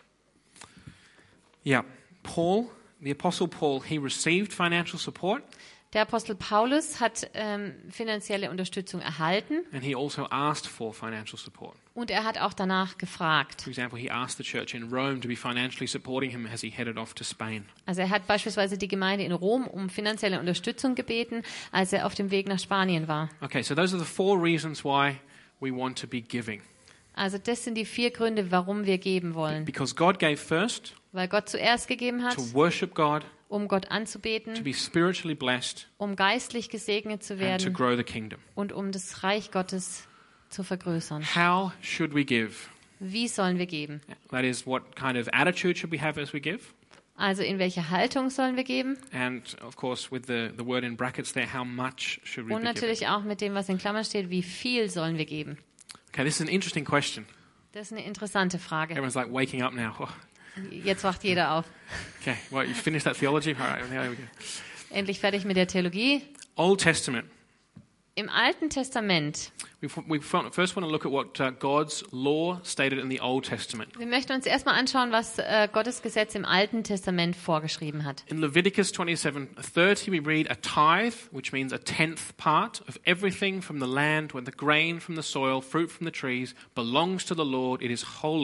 Yeah, Paul, the Apostle Paul, he received financial support Der Apostel Paulus hat ähm, finanzielle Unterstützung erhalten and he also asked for financial support. und er hat auch danach gefragt. For example, he asked the church in Rome to be financially supporting him as he headed off to Spain. Also er hat beispielsweise die Gemeinde in Rom um finanzielle Unterstützung gebeten, als er auf dem Weg nach Spanien war. Okay, so those are the four reasons why we want to be giving. Also das sind die vier Gründe, warum wir geben wollen. Because God gave first Weil Gott zuerst gegeben hat, to worship God, um Gott to anzubeten, be spiritually blessed, um geistlich gesegnet zu and to werden grow the kingdom. und um das Reich Gottes zu vergrößern. How should we give? Wie sollen wir geben? That is, what kind of attitude should we have as we give? Also in welche Haltung sollen wir geben? And of course, with the, the word in brackets there, how much should we Und be giving? natürlich auch mit dem, was in Klammern steht, wie viel sollen wir geben? Okay, this is an interesting question. Das ist eine interessante Frage. Everyone's like waking up now. Oh, Jetzt wacht jeder auf. okay, well, you finished that theology? All right, there we go. Endlich fertig mit der Theologie. Old Testament. Im Alten Testament, We, f- we f- first want to look at what uh, God's law stated in the Old Testament. wir möchten uns erstmal anschauen, was äh, Gottes Gesetz im Alten Testament vorgeschrieben hat. In Leviticus twenty-seven thirty, we read a tithe, which means a tenth part of everything from the land, when the grain from the soil, fruit from the trees, belongs to the Lord. It is holy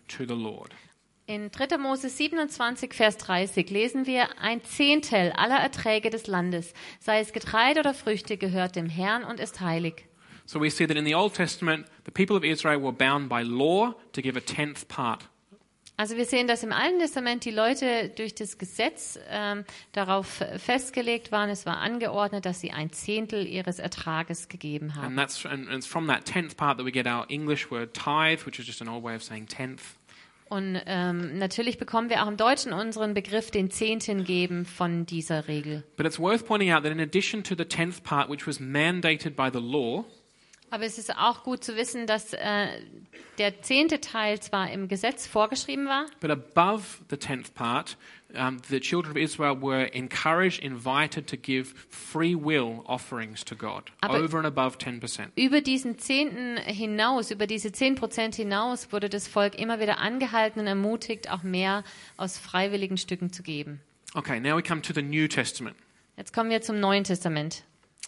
to the Lord. In dritter Mose siebenundzwanzig, Vers dreißig lesen wir, ein Zehntel aller Erträge des Landes, sei es Getreide oder Früchte, gehört dem Herrn und ist heilig. So we see that in the Old Testament, the people of Israel were bound by law to give a tenth part. Also wir sehen, dass im Alten Testament die Leute durch das Gesetz ähm, darauf festgelegt waren, es war angeordnet, dass sie ein Zehntel ihres Ertrages gegeben haben. And that's and it's from that tenth part that we get our English word tithe, which is just an old way of saying tenth. Und ähm, natürlich bekommen wir auch im Deutschen unseren Begriff den Zehnten geben von dieser Regel. But it's worth pointing out that in addition to the tenth part, which was mandated by the law, Aber es ist auch gut zu wissen, dass äh, der zehnte Teil zwar im Gesetz vorgeschrieben war, but above the tenth part, um, the children of Israel were encouraged, invited to give free will offerings to God, Aber over and above ten percent. über diesen Zehnten hinaus, über diese zehn Prozent hinaus, wurde das Volk immer wieder angehalten und ermutigt, auch mehr aus freiwilligen Stücken zu geben. Okay, now we come to the New Testament. Jetzt kommen wir zum Neuen Testament.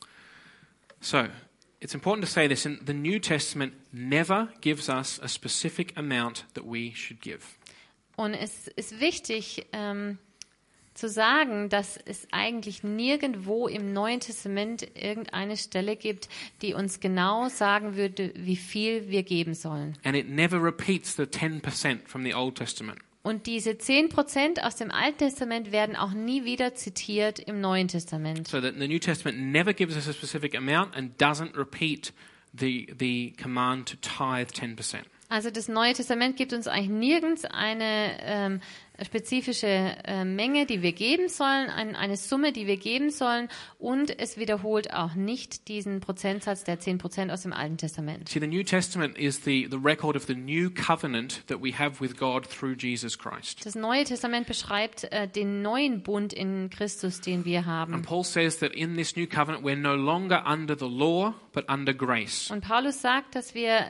So, it's important to say this, in the New Testament never gives us a specific amount that we should give. Und es ist wichtig ähm, zu sagen, dass es eigentlich nirgendwo im Neuen Testament irgendeine Stelle gibt, die uns genau sagen würde, wie viel wir geben sollen. And it never repeats the ten percent from the Old Testament. Und diese zehn Prozent aus dem Alten Testament werden auch nie wieder zitiert im Neuen Testament. So that the New Testament never gives us a specific amount and doesn't repeat the, the command to tithe ten percent. Also das Neue Testament gibt uns eigentlich nirgends eine ähm, spezifische äh, Menge, die wir geben sollen, ein, eine Summe, die wir geben sollen, und es wiederholt auch nicht diesen Prozentsatz der zehn Prozent aus dem Alten Testament. See, the New Testament is the, the record of the new covenant that we have with God through Jesus Christ. Das Neue Testament beschreibt äh, den neuen Bund in Christus, den wir And haben. Paul says that in this new covenant we're no longer under the law, but under grace. Und Paulus sagt, dass wir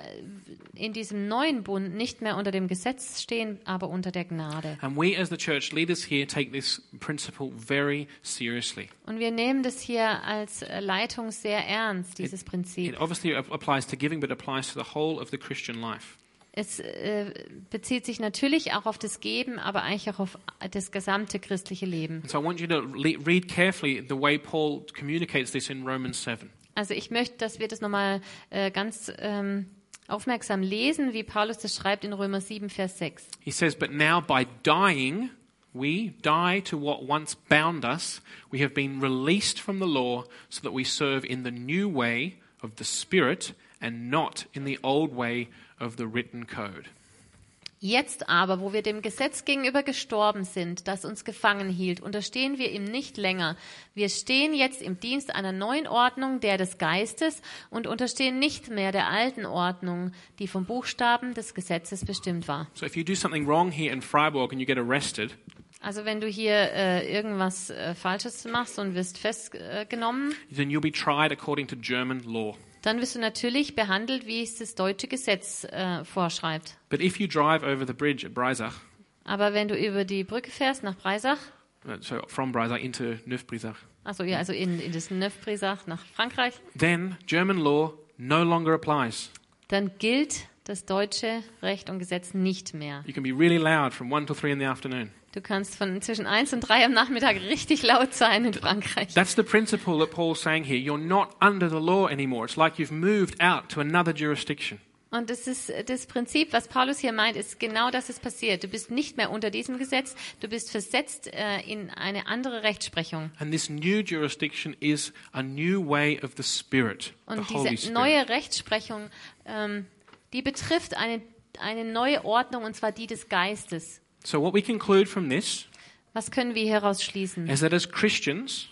in diesem neuen Bund nicht mehr unter dem Gesetz stehen, aber unter der Gnade. And we as the church leaders here take this principle very seriously. Und wir nehmen das hier als äh, Leitung sehr ernst, dieses Prinzip. It obviously ap- applies to giving, but applies to the whole of the Christian life. Es äh, bezieht sich natürlich auch auf das Geben, aber eigentlich auch auf das gesamte christliche Leben. And so I want you to le- read carefully the way Paul communicates this in Romans seven. Also ich möchte, dass wir das nochmal äh, ganz ähm, aufmerksam lesen, wie Paulus das schreibt in Römer sieben, Vers sechs. He says, "But now by dying, we die to what once bound us. We have been released from the law so that we serve in the new way of the Spirit and not in the old way of the written code." Jetzt aber, wo wir dem Gesetz gegenüber gestorben sind, das uns gefangen hielt, unterstehen wir ihm nicht länger. Wir stehen jetzt im Dienst einer neuen Ordnung, der des Geistes, und unterstehen nicht mehr der alten Ordnung, die vom Buchstaben des Gesetzes bestimmt war. So if you do something wrong here in Freiburg and you get arrested, Also wenn du hier äh, irgendwas äh, Falsches machst und wirst festgenommen, then you'll be tried according to German law. dann wirst du natürlich behandelt, wie es das deutsche Gesetz äh, vorschreibt. But if you drive over the bridge at Breisach, Aber wenn du über die Brücke fährst nach Breisach, uh, so from Breisach into Neuf-Breisach, also ja, also in, in das Neuf-Breisach nach Frankreich, then German law no longer applies. dann gilt das deutsche Recht und Gesetz nicht mehr. You can be really loud from one till three in the afternoon. Du kannst von zwischen eins und drei am Nachmittag richtig laut sein in Frankreich. That's the principle that Paul's saying here. You're not under the law anymore. It's like you've moved out to another jurisdiction. Und das ist das Prinzip, was Paulus hier meint, ist genau das ist passiert. Du bist nicht mehr unter diesem Gesetz, du bist versetzt äh, in eine andere Rechtsprechung. And this new jurisdiction is a new way of the Spirit, the Und Holy diese Spirit. neue Rechtsprechung, ähm, die betrifft eine, eine neue Ordnung, und zwar die des Geistes. So what we conclude from this Was können wir hieraus schließen? is that as Christians,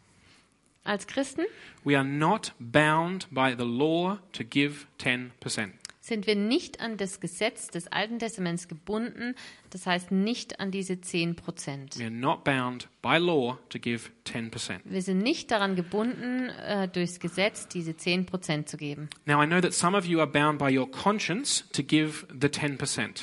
Als Christen we are not bound by the law to give ten percent. sind wir nicht an das Gesetz des Alten Testaments gebunden, das heißt nicht an diese zehn Prozent. We are not bound by law to give ten percent. Wir sind nicht daran gebunden, äh, durchs Gesetz diese zehn Prozent zu geben. Now I know that some of you are bound by your conscience to give the ten percent.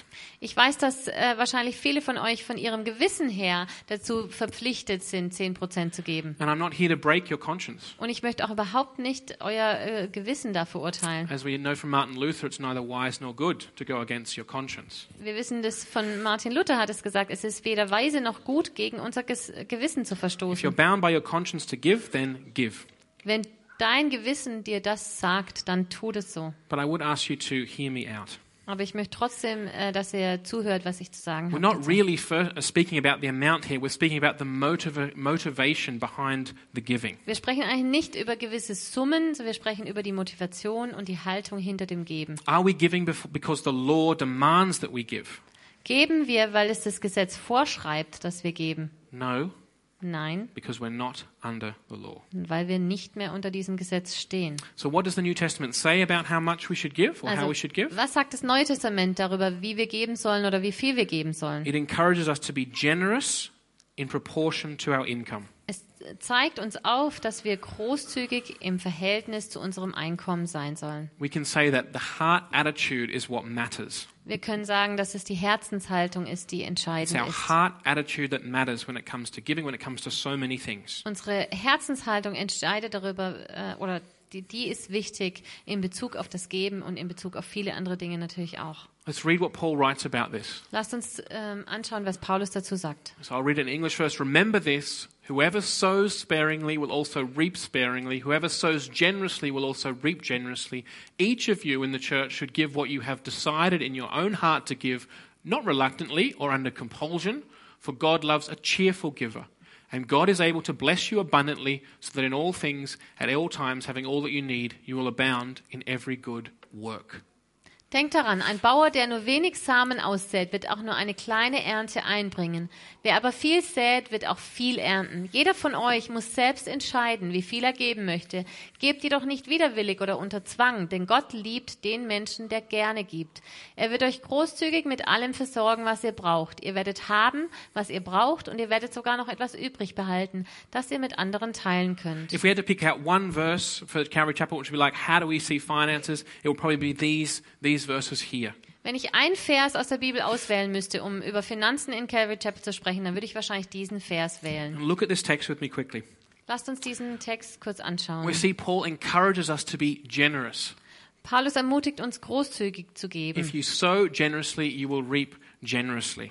Ich weiß, dass äh, wahrscheinlich viele von euch von ihrem Gewissen her dazu verpflichtet sind, zehn Prozent zu geben. And I'm not here to break your conscience. Und ich möchte auch überhaupt nicht euer äh, Gewissen da verurteilen. As we know from Martin Luther, it's neither wise nor good to go against your conscience. Wir wissen das von Martin Luther, hat es gesagt, es ist weder weise noch gut, gegen unser Ges- Gewissen zu If you're verstoßen. bound by your conscience to give, then give. Wenn dein Gewissen dir das sagt, dann tu es so. But I would ask you to hear me out. Aber ich möchte trotzdem, äh, dass ihr zuhört, was ich zu sagen We're habe. not really fir- uh, speaking about the amount here. We're speaking about the motiva- motivation behind the giving. Wir sprechen eigentlich nicht über gewisse Summen, sondern wir sprechen über die Motivation und die Haltung hinter dem Geben. Are we giving bef- because the law demands that we give? Geben wir, weil es das Gesetz vorschreibt, dass wir geben? No, Nein, because we're not under the law. weil wir nicht mehr unter diesem Gesetz stehen. So what does the New Testament say about how much we should give or how Also, we should give? was sagt das Neue Testament darüber, wie wir geben sollen oder wie viel wir geben sollen? It encourages us to be generous in proportion to our income. Es zeigt uns auf, dass wir großzügig im Verhältnis zu unserem Einkommen sein sollen. We can say that the heart attitude is what matters. Wir können sagen, dass es die Herzenshaltung ist, die It's entscheidend our ist. heart attitude that matters when it comes to giving, when it comes to so many things. Unsere Herzenshaltung entscheidet darüber, äh, oder die, die ist wichtig in Bezug auf das Geben und in Bezug auf viele andere Dinge natürlich auch. Let's read what Paul writes about this. Lasst uns ähm, anschauen, was Paulus dazu sagt. So I'll read it in English first. Remember this, whoever sows sparingly will also reap sparingly. Whoever sows generously will also reap generously. Each of you in the church should give what you have decided in your own heart to give, not reluctantly or under compulsion, for God loves a cheerful giver. And God is able to bless you abundantly, so that in all things, at all times, having all that you need, you will abound in every good work. Denkt daran, ein Bauer, der nur wenig Samen aussät, wird auch nur eine kleine Ernte einbringen. Wer aber viel sät, wird auch viel ernten. Jeder von euch muss selbst entscheiden, wie viel er geben möchte. Gebt jedoch nicht widerwillig oder unter Zwang, denn Gott liebt den Menschen, der gerne gibt. Er wird euch großzügig mit allem versorgen, was ihr braucht. Ihr werdet haben, was ihr braucht, und ihr werdet sogar noch etwas übrig behalten, das ihr mit anderen teilen könnt. If we had to pick out one verse for Calvary Chapel, which would be like, how do we see finances? It would probably be these, these verses here. Wenn ich einen Vers aus der Bibel auswählen müsste, um über Finanzen in Calvary Chapel zu sprechen, dann würde ich wahrscheinlich diesen Vers wählen. And look at this text with me quickly. Lasst uns diesen Text kurz We anschauen. see Paul encourages us to be generous. Paulus ermutigt uns, großzügig zu If geben. you sow generously, you will reap generously.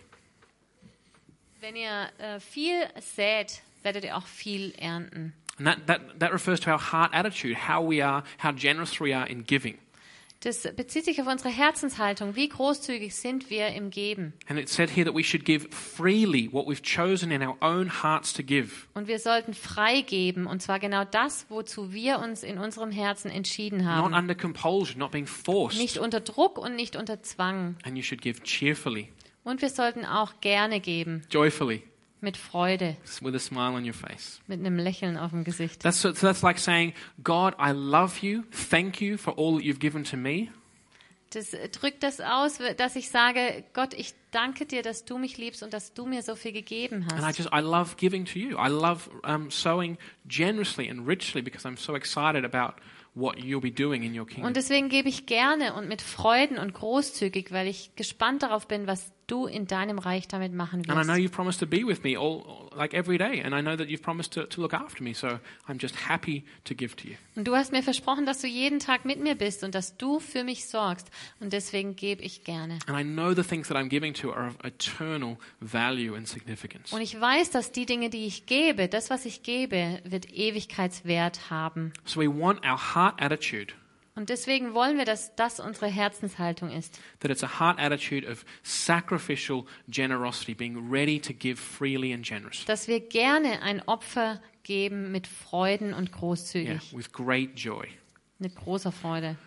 Wenn ihr äh, viel sät, werdet ihr auch viel ernten. And that, that, that refers to our heart attitude, how we are, how generous we are in giving. Das bezieht sich auf unsere Herzenshaltung. Wie großzügig sind wir im Geben? And it said here that we should give freely what we've chosen in our own hearts to give. Und wir sollten frei geben, und zwar genau das, wozu wir uns in unserem Herzen entschieden Not haben. under compulsion, not being forced. Nicht unter Druck und nicht unter Zwang. And you should give cheerfully, Und wir sollten auch gerne geben, joyfully, mit Freude, with a smile on your face. mit einem Lächeln auf dem Gesicht. That's, so that's like saying, God, I love you. Thank you for all that you've given to me. Das drückt das aus, dass ich sage, Gott, ich danke dir, dass du mich liebst und dass du mir so viel gegeben And I hast. just, I love giving to you. I love um, sowing generously and richly because I'm so excited about what you'll be doing in your kingdom. Und deswegen gebe ich gerne und mit Freuden und großzügig, weil ich gespannt darauf bin, was du in deinem Reich damit machen And I know wirst. you've promised to be with me all, like every day. And I know that you've promised to, to look after me. So I'm just happy to give to you. Und du hast mir versprochen, dass du jeden Tag mit mir bist und dass du für mich sorgst. Und deswegen gebe ich gerne. And I know the things that I'm giving to are of eternal value and significance. Und ich weiß, dass die Dinge, die ich gebe, das, was ich gebe, wird Ewigkeitswert haben. So we want our heart attitude, Und deswegen wollen wir, dass das unsere Herzenshaltung ist. that it's a heart attitude of sacrificial generosity, being ready to give freely and generously. Dass wir gerne ein Opfer geben mit Freuden und Yeah, großzügig. with great joy. Mit großer Freude.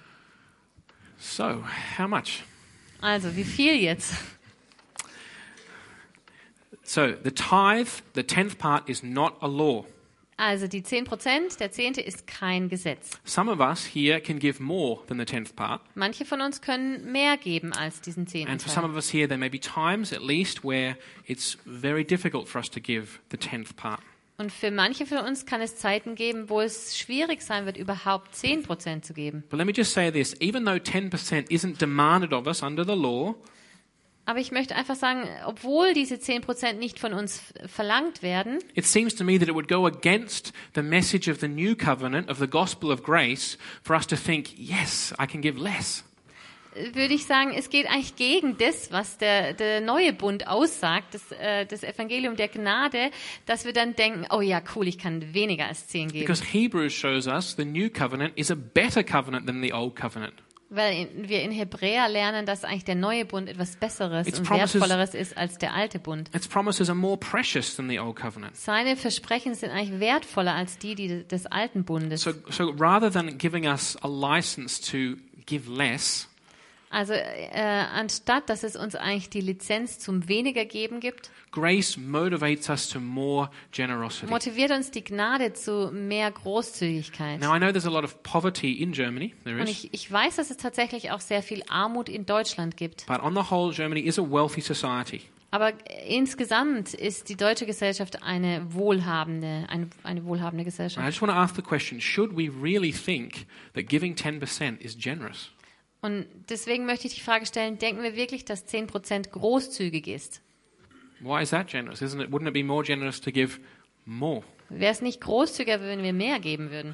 So, how much? Also, wie viel jetzt? So, the tithe, the tenth part, is not a law. Also, die zehn Prozent, der Zehnte ist kein Gesetz. Some of us here can give more than the tenth part. Manche von uns können mehr geben als diesen zehnten And for some Teil. of us here, there may be times at least where it's very difficult for us to give the tenth part. Und für manche von uns kann es Zeiten geben, wo es schwierig sein wird, überhaupt zehn Prozent zu geben. But let me just say this, even though ten percent isn't demanded of us under the law, Aber ich möchte einfach sagen, obwohl diese zehn Prozent nicht von uns f- verlangt werden, it seems to me that it would go against the message of the new covenant, of the gospel of grace, for us to think, yes, I can give less. würde ich sagen, es geht eigentlich gegen das, was der, der neue Bund aussagt, das, äh, das Evangelium der Gnade, dass wir dann denken, oh ja, cool, ich kann weniger als zehn geben. Because Hebrews shows us the new covenant is a better covenant than the old covenant. Weil in, wir in Hebräer lernen, dass eigentlich der neue Bund etwas Besseres Its und promises- Wertvolleres ist als der alte Bund. Its promises are more precious than the old covenant. Seine Versprechen sind eigentlich wertvoller als die, die des alten Bundes. So, so rather than giving us a license to give less, Also äh, anstatt, dass es uns eigentlich die Lizenz zum weniger geben gibt, grace motivates us to more generosity. motiviert uns die Gnade zu mehr Großzügigkeit. Now, I know there's a lot of poverty in Germany, there Und is, ich, ich weiß, dass es tatsächlich auch sehr viel Armut in Deutschland gibt. but on the whole, Germany is a wealthy society. Aber insgesamt ist die deutsche Gesellschaft eine wohlhabende, eine, eine wohlhabende And I Gesellschaft. just want to ask the question, should we really think that giving ten percent is generous? Und deswegen möchte ich die Frage stellen, denken wir wirklich, dass zehn Prozent großzügig ist? Why is that generous? Isn't it, wouldn't it be more generous to give more? Wäre es nicht großzügiger, wenn wir mehr geben würden?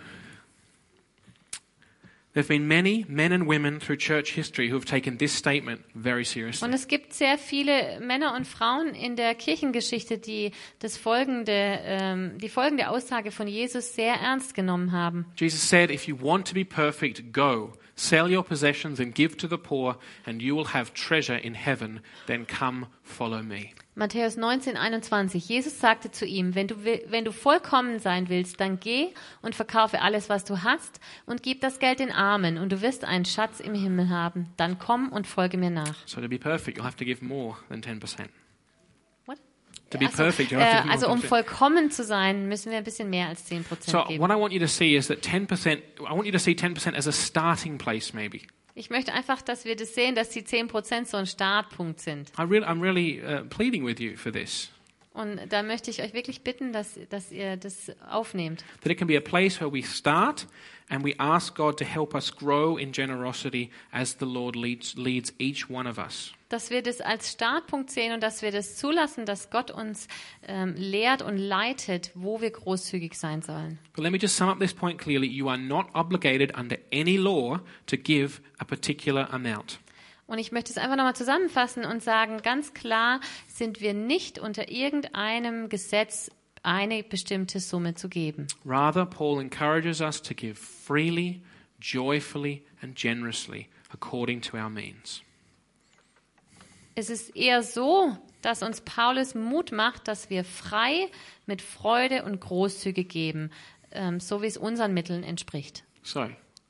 There have been many men and women through church history who have taken this statement very seriously. Und es gibt sehr viele Männer und Frauen in der Kirchengeschichte, die das folgende, ähm, die folgende Aussage von Jesus sehr ernst genommen haben. Jesus said, if you want to be perfect, go, sell your possessions and give to the poor, and you will have treasure in heaven. Then come, follow me. Matthäus neunzehn, einundzwanzig. Jesus sagte zu ihm, wenn du, will, wenn du vollkommen sein willst, dann geh und verkaufe alles, was du hast und gib das Geld den Armen und du wirst einen Schatz im Himmel haben. Dann komm und folge mir nach. So to be perfect, you'll have to give more than ten percent. What? To be Ach so, perfect, you'll have to äh, give more also than um ten percent. vollkommen zu sein, müssen wir ein bisschen mehr als zehn Prozent So geben. what I want you to see is that ten percent, I want you to see ten percent as a starting place maybe. Ich möchte einfach, dass wir das sehen, dass die zehn Prozent so ein Startpunkt sind. I really, I'm really uh, pleading with you for this. Und da möchte ich euch wirklich bitten, dass, dass ihr das aufnehmt. That it can be a place where we start and we ask God to help us grow in generosity as the Lord leads, leads each one of us. Dass wir das als Startpunkt sehen und dass wir das zulassen, dass Gott uns ähm, lehrt und leitet, wo wir großzügig sein sollen. But let me just sum up this point clearly. You are not obligated under any law to give a particular amount. Und ich möchte es einfach nochmal zusammenfassen und sagen, ganz klar sind wir nicht unter irgendeinem Gesetz eine bestimmte Summe zu geben. Rather, Paul encourages us to give freely, joyfully and generously according to our means. Es ist eher so, dass uns Paulus Mut macht, dass wir frei mit Freude und Großzügig geben, ähm, so wie es unseren Mitteln entspricht. So,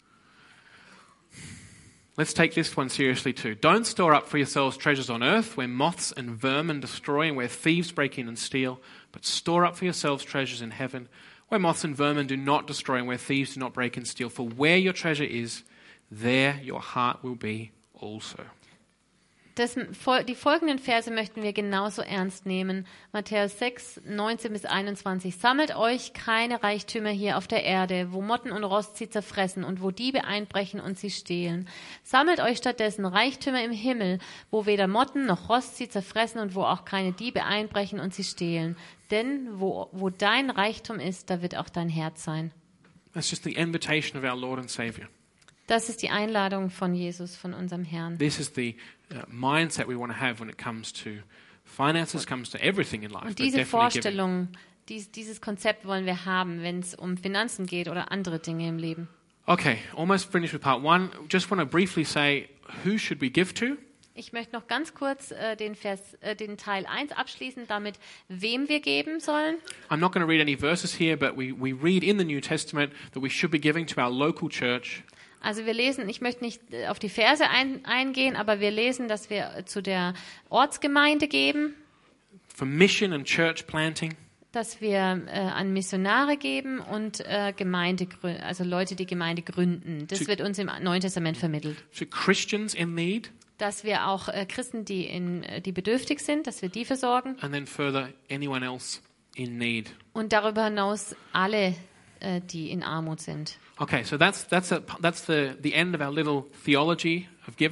let's take this one seriously too. Don't store up for yourselves treasures on earth where moths and vermin destroy and where thieves break in and steal, but store up for yourselves treasures in heaven where moths and vermin do not destroy and where thieves do not break and steal. For where your treasure is, there your heart will be also. Das, die folgenden Verse möchten wir genauso ernst nehmen. Matthäus sechs, neunzehn bis einundzwanzig. Sammelt euch keine Reichtümer hier auf der Erde, wo Motten und Rost sie zerfressen und wo Diebe einbrechen und sie stehlen. Sammelt euch stattdessen Reichtümer im Himmel, wo weder Motten noch Rost sie zerfressen und wo auch keine Diebe einbrechen und sie stehlen. Denn wo, wo dein Reichtum ist, da wird auch dein Herz sein. That's just the invitation of our Lord and Savior. Das ist die Einladung von Jesus, von unserem Herrn. This is the uh, mindset we want to have when it comes to finances, comes to everything in life. Und but diese definitely giving. Vorstellung, dies, dieses Konzept wollen wir haben, wenn es um Finanzen geht oder andere Dinge im Leben. Okay, almost finished with part one. Just want to briefly say, who should we give to? Ich möchte noch ganz kurz äh, den, Vers, äh, den Teil eins abschließen, damit wem wir geben sollen. I'm not going to read any verses here, but we, we read in the New Testament that we should be giving to our local church. Also wir lesen, ich möchte nicht äh, auf die Verse ein, eingehen, aber wir lesen, dass wir äh, zu der Ortsgemeinde geben, For mission and church planting, dass wir äh, an Missionare geben und äh, Gemeinde, grü- also Leute, die Gemeinde gründen. Das Zu- wird uns im Neuen Testament vermittelt. to Christians in need, Dass wir auch äh, Christen, die, in, äh, die bedürftig sind, dass wir die versorgen. and then further, anyone else in need. Und darüber hinaus alle, äh, die in Armut sind. Okay, so that's that's a, that's the, the end of our little theology of giving.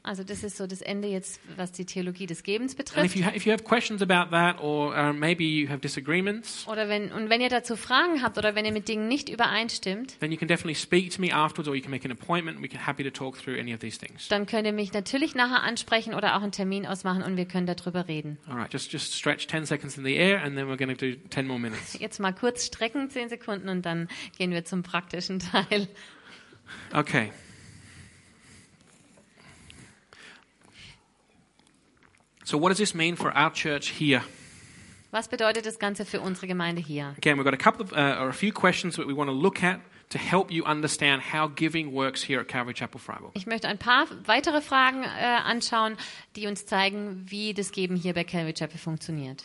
Also das ist so das Ende jetzt, was die Theologie des Gebens And if betrifft. you, ha- if you have questions about that, or uh, maybe you have disagreements, Oder wenn, und wenn ihr dazu Fragen habt oder wenn ihr mit Dingen nicht übereinstimmt, then you can definitely speak to me afterwards, or you can make an appointment. We can happy to talk through any of these things. dann könnt ihr mich natürlich nachher ansprechen oder auch einen Termin ausmachen und wir können darüber reden. All right, just just stretch ten seconds in the air, and then we're going to do ten more minutes. Jetzt mal kurz strecken, zehn Sekunden und dann gehen wir zum praktischen Teil. Okay. So what does this mean for our church here? Was bedeutet das Ganze für unsere Gemeinde hier? Again, we've got a couple of uh, or a few questions that we want to look at to help you understand how giving works here at Calvary Chapel Freiburg. Ich möchte ein paar weitere Fragen äh, anschauen, die uns zeigen, wie das Geben hier bei Calvary Chapel funktioniert.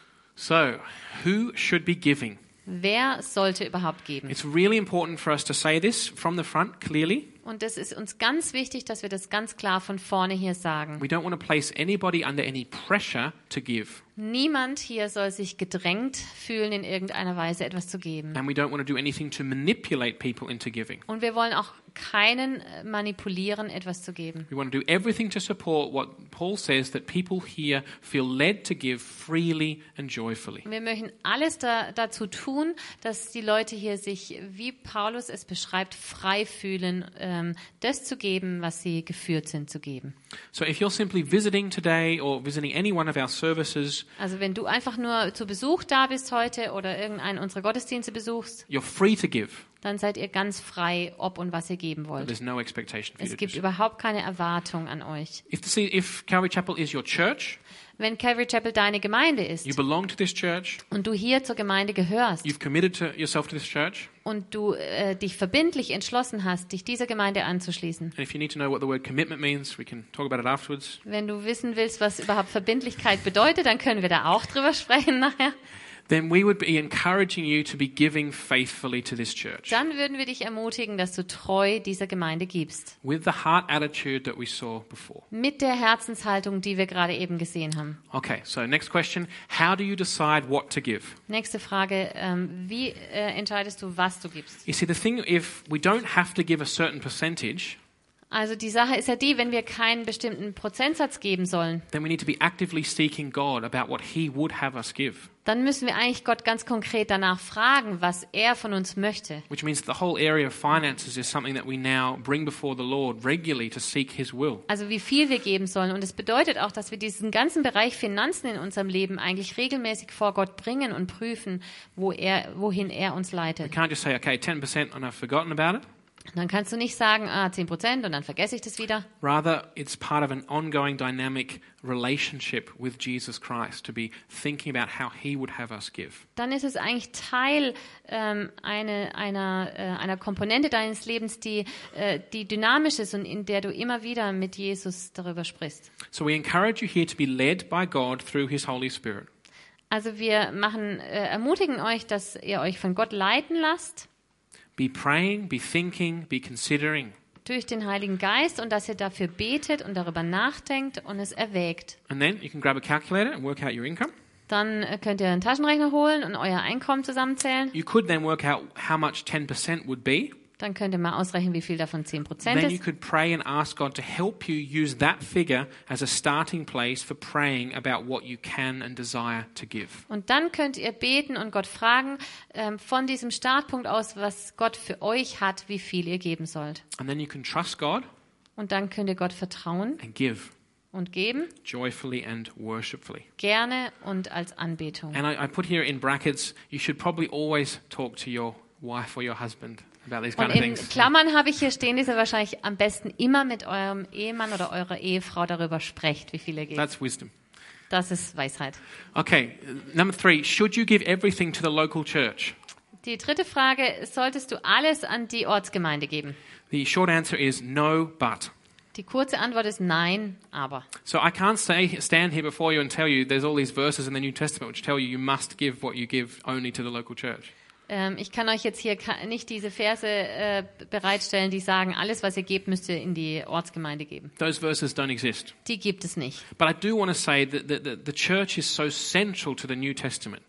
So, who should be giving? Wer sollte überhaupt geben? It's really important for us to say this from the front clearly. Und es ist uns ganz wichtig, dass wir das ganz klar von vorne hier sagen. We don't want to place anybody under any pressure to give. Niemand hier soll sich gedrängt fühlen, in irgendeiner Weise etwas zu geben. And we don't want to do anything to manipulate people into giving. Und wir wollen auch keinen äh, manipulieren, etwas zu geben. We want to do everything to support what Paul says, that people here feel led to give freely and joyfully. Wir möchten alles da, dazu tun, dass die Leute hier sich, wie Paulus es beschreibt, frei fühlen, ähm, das zu geben, was sie geführt sind zu geben. So if you're simply visiting today or visiting any one of our services, Also wenn du einfach nur zu Besuch da bist heute oder irgendeinen unserer Gottesdienste besuchst, you're free to give. dann seid ihr ganz frei, ob und was ihr geben But wollt. there's no expectation for you Es to do gibt so. überhaupt keine Erwartung an euch. If, the, if Calvary Chapel is your church, Wenn Calvary Chapel deine Gemeinde ist you belong to this church, und du hier zur Gemeinde gehörst you've committed to yourself to this church, und du äh, dich verbindlich entschlossen hast, dich dieser Gemeinde anzuschließen, and if you need to know what the word commitment means, we can talk about it afterwards. wenn du wissen willst, was überhaupt Verbindlichkeit bedeutet, dann können wir da auch drüber sprechen nachher. Then we would be encouraging you to be giving faithfully to this church Dann würden wir dich ermutigen, dass du treu dieser Gemeinde gibst. with the heart attitude that we saw before. Mit der Herzenshaltung, die wir gerade eben gesehen haben. Okay, so next question. How do you decide what to give? Nächste Frage, ähm, wie äh, entscheidest du, was du gibst? You see, the thing, if we don't have to give a certain percentage, Also die Sache ist ja die, wenn wir keinen bestimmten Prozentsatz geben sollen, then we need to be actively seeking God about what He would have us give, dann müssen wir eigentlich Gott ganz konkret danach fragen, was er von uns möchte. which means the whole area of finances is something that we now bring before the Lord regularly to seek His will. Also wie viel wir geben sollen. Und es bedeutet auch, dass wir diesen ganzen Bereich Finanzen in unserem Leben eigentlich regelmäßig vor Gott bringen und prüfen, wo er, wohin er uns We leitet. can't just say, okay, ten percent and I've forgotten about it. Dann kannst du nicht sagen, ah, zehn Prozent und dann vergesse ich das wieder. Rather, it's part of an ongoing dynamic relationship with Jesus Christ to be thinking about how He would have us give. Dann ist es eigentlich Teil ähm, eine, einer, äh, einer Komponente deines Lebens, die, äh, die dynamisch ist und in der du immer wieder mit Jesus darüber sprichst. So we encourage you here to be led by God through His Holy Spirit. Also wir machen, äh, ermutigen euch, dass ihr euch von Gott leiten lasst Be praying, be thinking, be considering. durch den Heiligen Geist und dass ihr dafür betet und darüber nachdenkt und es erwägt. And then you can grab a calculator and work out your income. Dann äh, könnt ihr einen Taschenrechner holen und euer Einkommen zusammenzählen. You could then work out how much ten percent would be. Dann könnt ihr mal ausrechnen, wie viel davon zehn Prozent Then you ist. could pray and ask God to help you use that figure as a starting place for praying about what you can and desire to give. Und dann könnt ihr beten und Gott fragen, ähm, von diesem Startpunkt aus, was Gott für euch hat, wie viel ihr geben sollt. And then you can trust God Und dann könnt ihr Gott vertrauen and give und geben, joyfully and worshipfully. gerne und als Anbetung. And I, I put here in brackets, you should probably always talk to your wife or your husband about these kind Und of in things. Klammern habe ich hier stehen, dass ihr wahrscheinlich am besten immer mit eurem Ehemann oder eurer Ehefrau darüber sprecht, wie viel ihr gebt. That's wisdom. Das ist Weisheit. Okay, uh, number three, should you give everything to the local church? Die dritte Frage, solltest du alles an die Ortsgemeinde geben? The short answer is no, but. Die kurze Antwort ist nein, aber. So I can't stay, stand here before you and tell you there's all these verses in the New Testament which tell you you must give what you give only to the local church. Ähm, ich kann euch jetzt hier ka- nicht diese Verse äh, bereitstellen, die sagen, alles, was ihr gebt, müsst ihr in die Ortsgemeinde geben. Those verses don't exist. Die gibt es nicht. But I do want to say that the, the, the church is so central to the New Testament.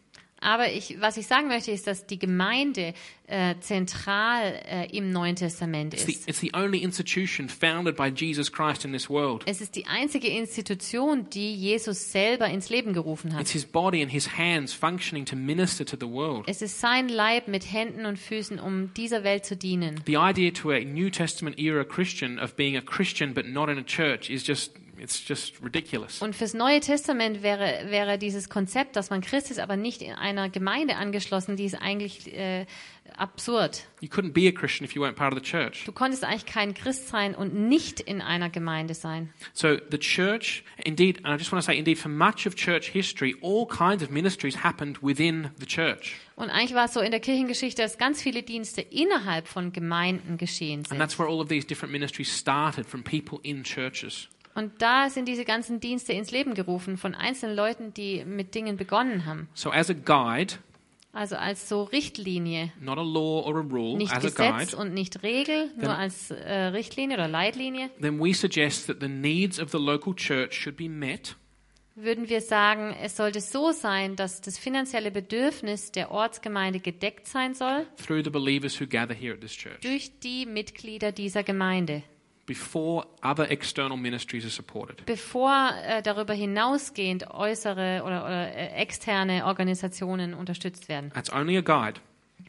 Aber ich, was ich sagen möchte, ist, dass die Gemeinde äh, zentral äh, im Neuen Testament It's the, ist. it's the only institution founded by Jesus Christ in this world. Es ist die einzige Institution, die Jesus selber ins Leben gerufen It's hat. his body and his hands functioning to minister to the world. Es ist sein Leib mit Händen und Füßen, um dieser Welt zu dienen. The idea to a New Testament era Christian of being a Christian but not in a church is just, it's just ridiculous. Und fürs Neue Testament wäre, wäre dieses Konzept, dass man Christ ist, aber nicht in einer Gemeinde angeschlossen, die ist eigentlich äh, absurd. You couldn't be a Christian if you weren't part of the church. Du konntest eigentlich kein Christ sein und nicht in einer Gemeinde sein. So the church, indeed, and I just want to say, indeed, for much of church history, all kinds of ministries happened within the church. Und eigentlich war es so in der Kirchengeschichte, dass ganz viele Dienste innerhalb von Gemeinden geschehen And sind. that's where all of these different ministries started, from people in churches. Und da sind diese ganzen Dienste ins Leben gerufen von einzelnen Leuten, die mit Dingen begonnen haben. So as a guide, Also als so Richtlinie, not a law or a rule, nicht as a Gesetz guide, und nicht Regel, nur Then- als äh, Richtlinie oder Leitlinie, then we suggest that the needs of the local church should be met würden wir sagen, es sollte so sein, dass das finanzielle Bedürfnis der Ortsgemeinde gedeckt sein soll through the believers who gather here at this church, durch die Mitglieder dieser Gemeinde, before other external ministries are supported. bevor äh, darüber hinausgehend äußere oder, oder äh, externe Organisationen unterstützt werden. That's only a guide.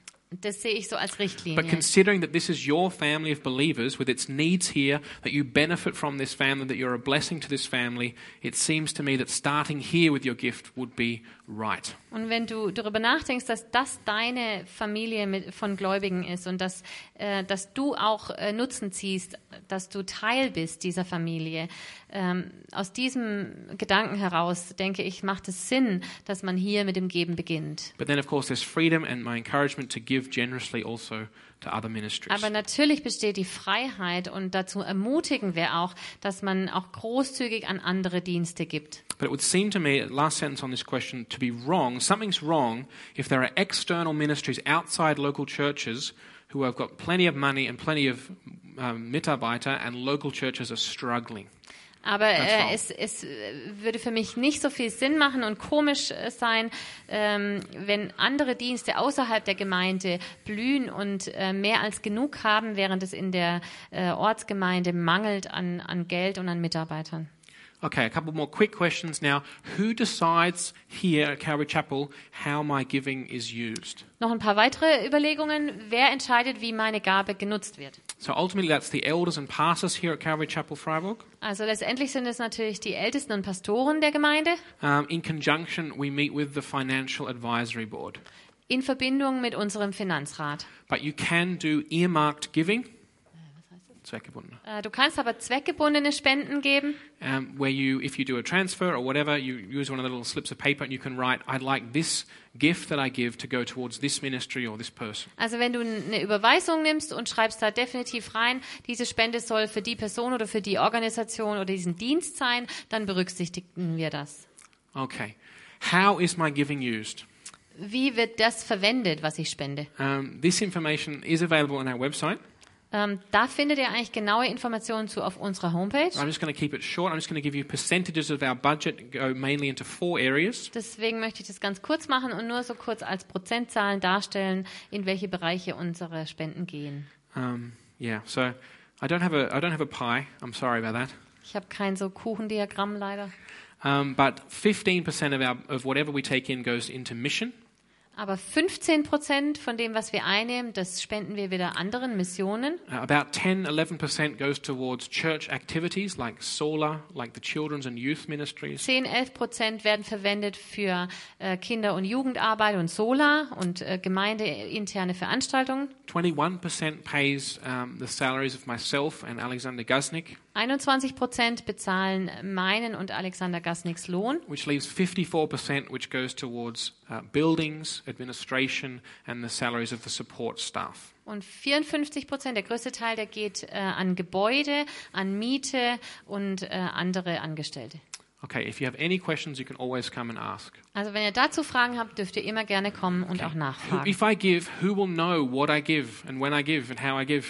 Das sehe ich so als But Richtlinie. considering that this is your family of believers with its needs here, that you benefit from this family, that you're a blessing to this family, it seems to me that starting here with your gift would be right. Und wenn du darüber nachdenkst, dass das deine Familie mit, von Gläubigen ist und dass, äh, dass du auch äh, Nutzen ziehst, dass du Teil bist dieser Familie, ähm, aus diesem Gedanken heraus, denke ich, macht es Sinn, dass man hier mit dem Geben beginnt. But then, of course, there's freedom and my encouragement to give generously also to other ministries. Aber natürlich besteht die Freiheit und dazu ermutigen wir auch, dass man auch großzügig an andere Dienste gibt. But it would seem to me, last sentence on this question, to be wrong. Something's wrong if there are external ministries outside local churches who have got plenty of money and plenty of um, Mitarbeiter, and local churches are struggling. Aber That's wrong. äh, es, es äh, würde für mich nicht so viel Sinn machen und komisch äh, sein, ähm, wenn andere Dienste außerhalb der Gemeinde blühen und äh, mehr als genug haben, während es in der äh, Ortsgemeinde mangelt an, an Geld und an Mitarbeitern. Okay, a couple more quick questions now. Who decides here at Calvary Chapel how my giving is used? Noch ein paar weitere Überlegungen. Wer entscheidet, wie meine Gabe genutzt wird? So ultimately that's the elders and pastors here at Calvary Chapel Freiburg. Also letztendlich sind es natürlich die Ältesten und Pastoren der Gemeinde Um, in conjunction, we meet with the Financial Advisory Board. in Verbindung mit unserem Finanzrat. But you can do earmarked giving. Zweckgebunden. Äh, Du kannst aber zweckgebundene Spenden geben. Um, where you, if you do a transfer or whatever, you use one of the little slips of paper and you can write, I'd like this gift that I give to go towards this ministry or this person. Also wenn du eine Überweisung nimmst und schreibst da definitiv rein, diese Spende soll für die Person oder für die Organisation oder diesen Dienst sein, dann berücksichtigen wir das. Okay. How is my giving used? Wie wird das verwendet, was ich spende? Um, this information is available on our website. Ähm, da findet ihr eigentlich genaue Informationen zu auf unserer Homepage. I'm just going to keep it short. I'm just going to give you percentages of our budget, go mainly into four areas. Deswegen möchte ich das ganz kurz machen und nur so kurz als Prozentzahlen darstellen, in welche Bereiche unsere Spenden gehen. Um, yeah, so I don't have a I don't have a pie. I'm sorry about that. Ich habe kein so Kuchendiagramm leider. Um, but fifteen percent of our of whatever we take in goes into mission. Aber fünfzehn Prozent von dem, was wir einnehmen, das spenden wir wieder anderen Missionen. Uh, about ten, eleven percent goes towards church activities like Sola, like the children's and youth ministries. zehn, elf Prozent werden verwendet für äh, Kinder- und Jugendarbeit und Sola und äh, gemeindeinterne Veranstaltungen. twenty-one percent pays um, the salaries of myself and Alexander Gusnik, einundzwanzig Prozent bezahlen meinen und Alexander Gasnicks Lohn. which leaves fifty-four percent which goes towards uh, buildings, administration, and the salaries of the support staff. Und vierundfünfzig Prozent, der größte Teil, der geht äh, an Gebäude, an Miete und äh, andere Angestellte. Okay, if you have any questions, you can always come and ask. Also wenn ihr dazu Fragen habt, dürft ihr immer gerne kommen und auch Who, nachfragen. if I give, who will know what I give and when I give and how I give?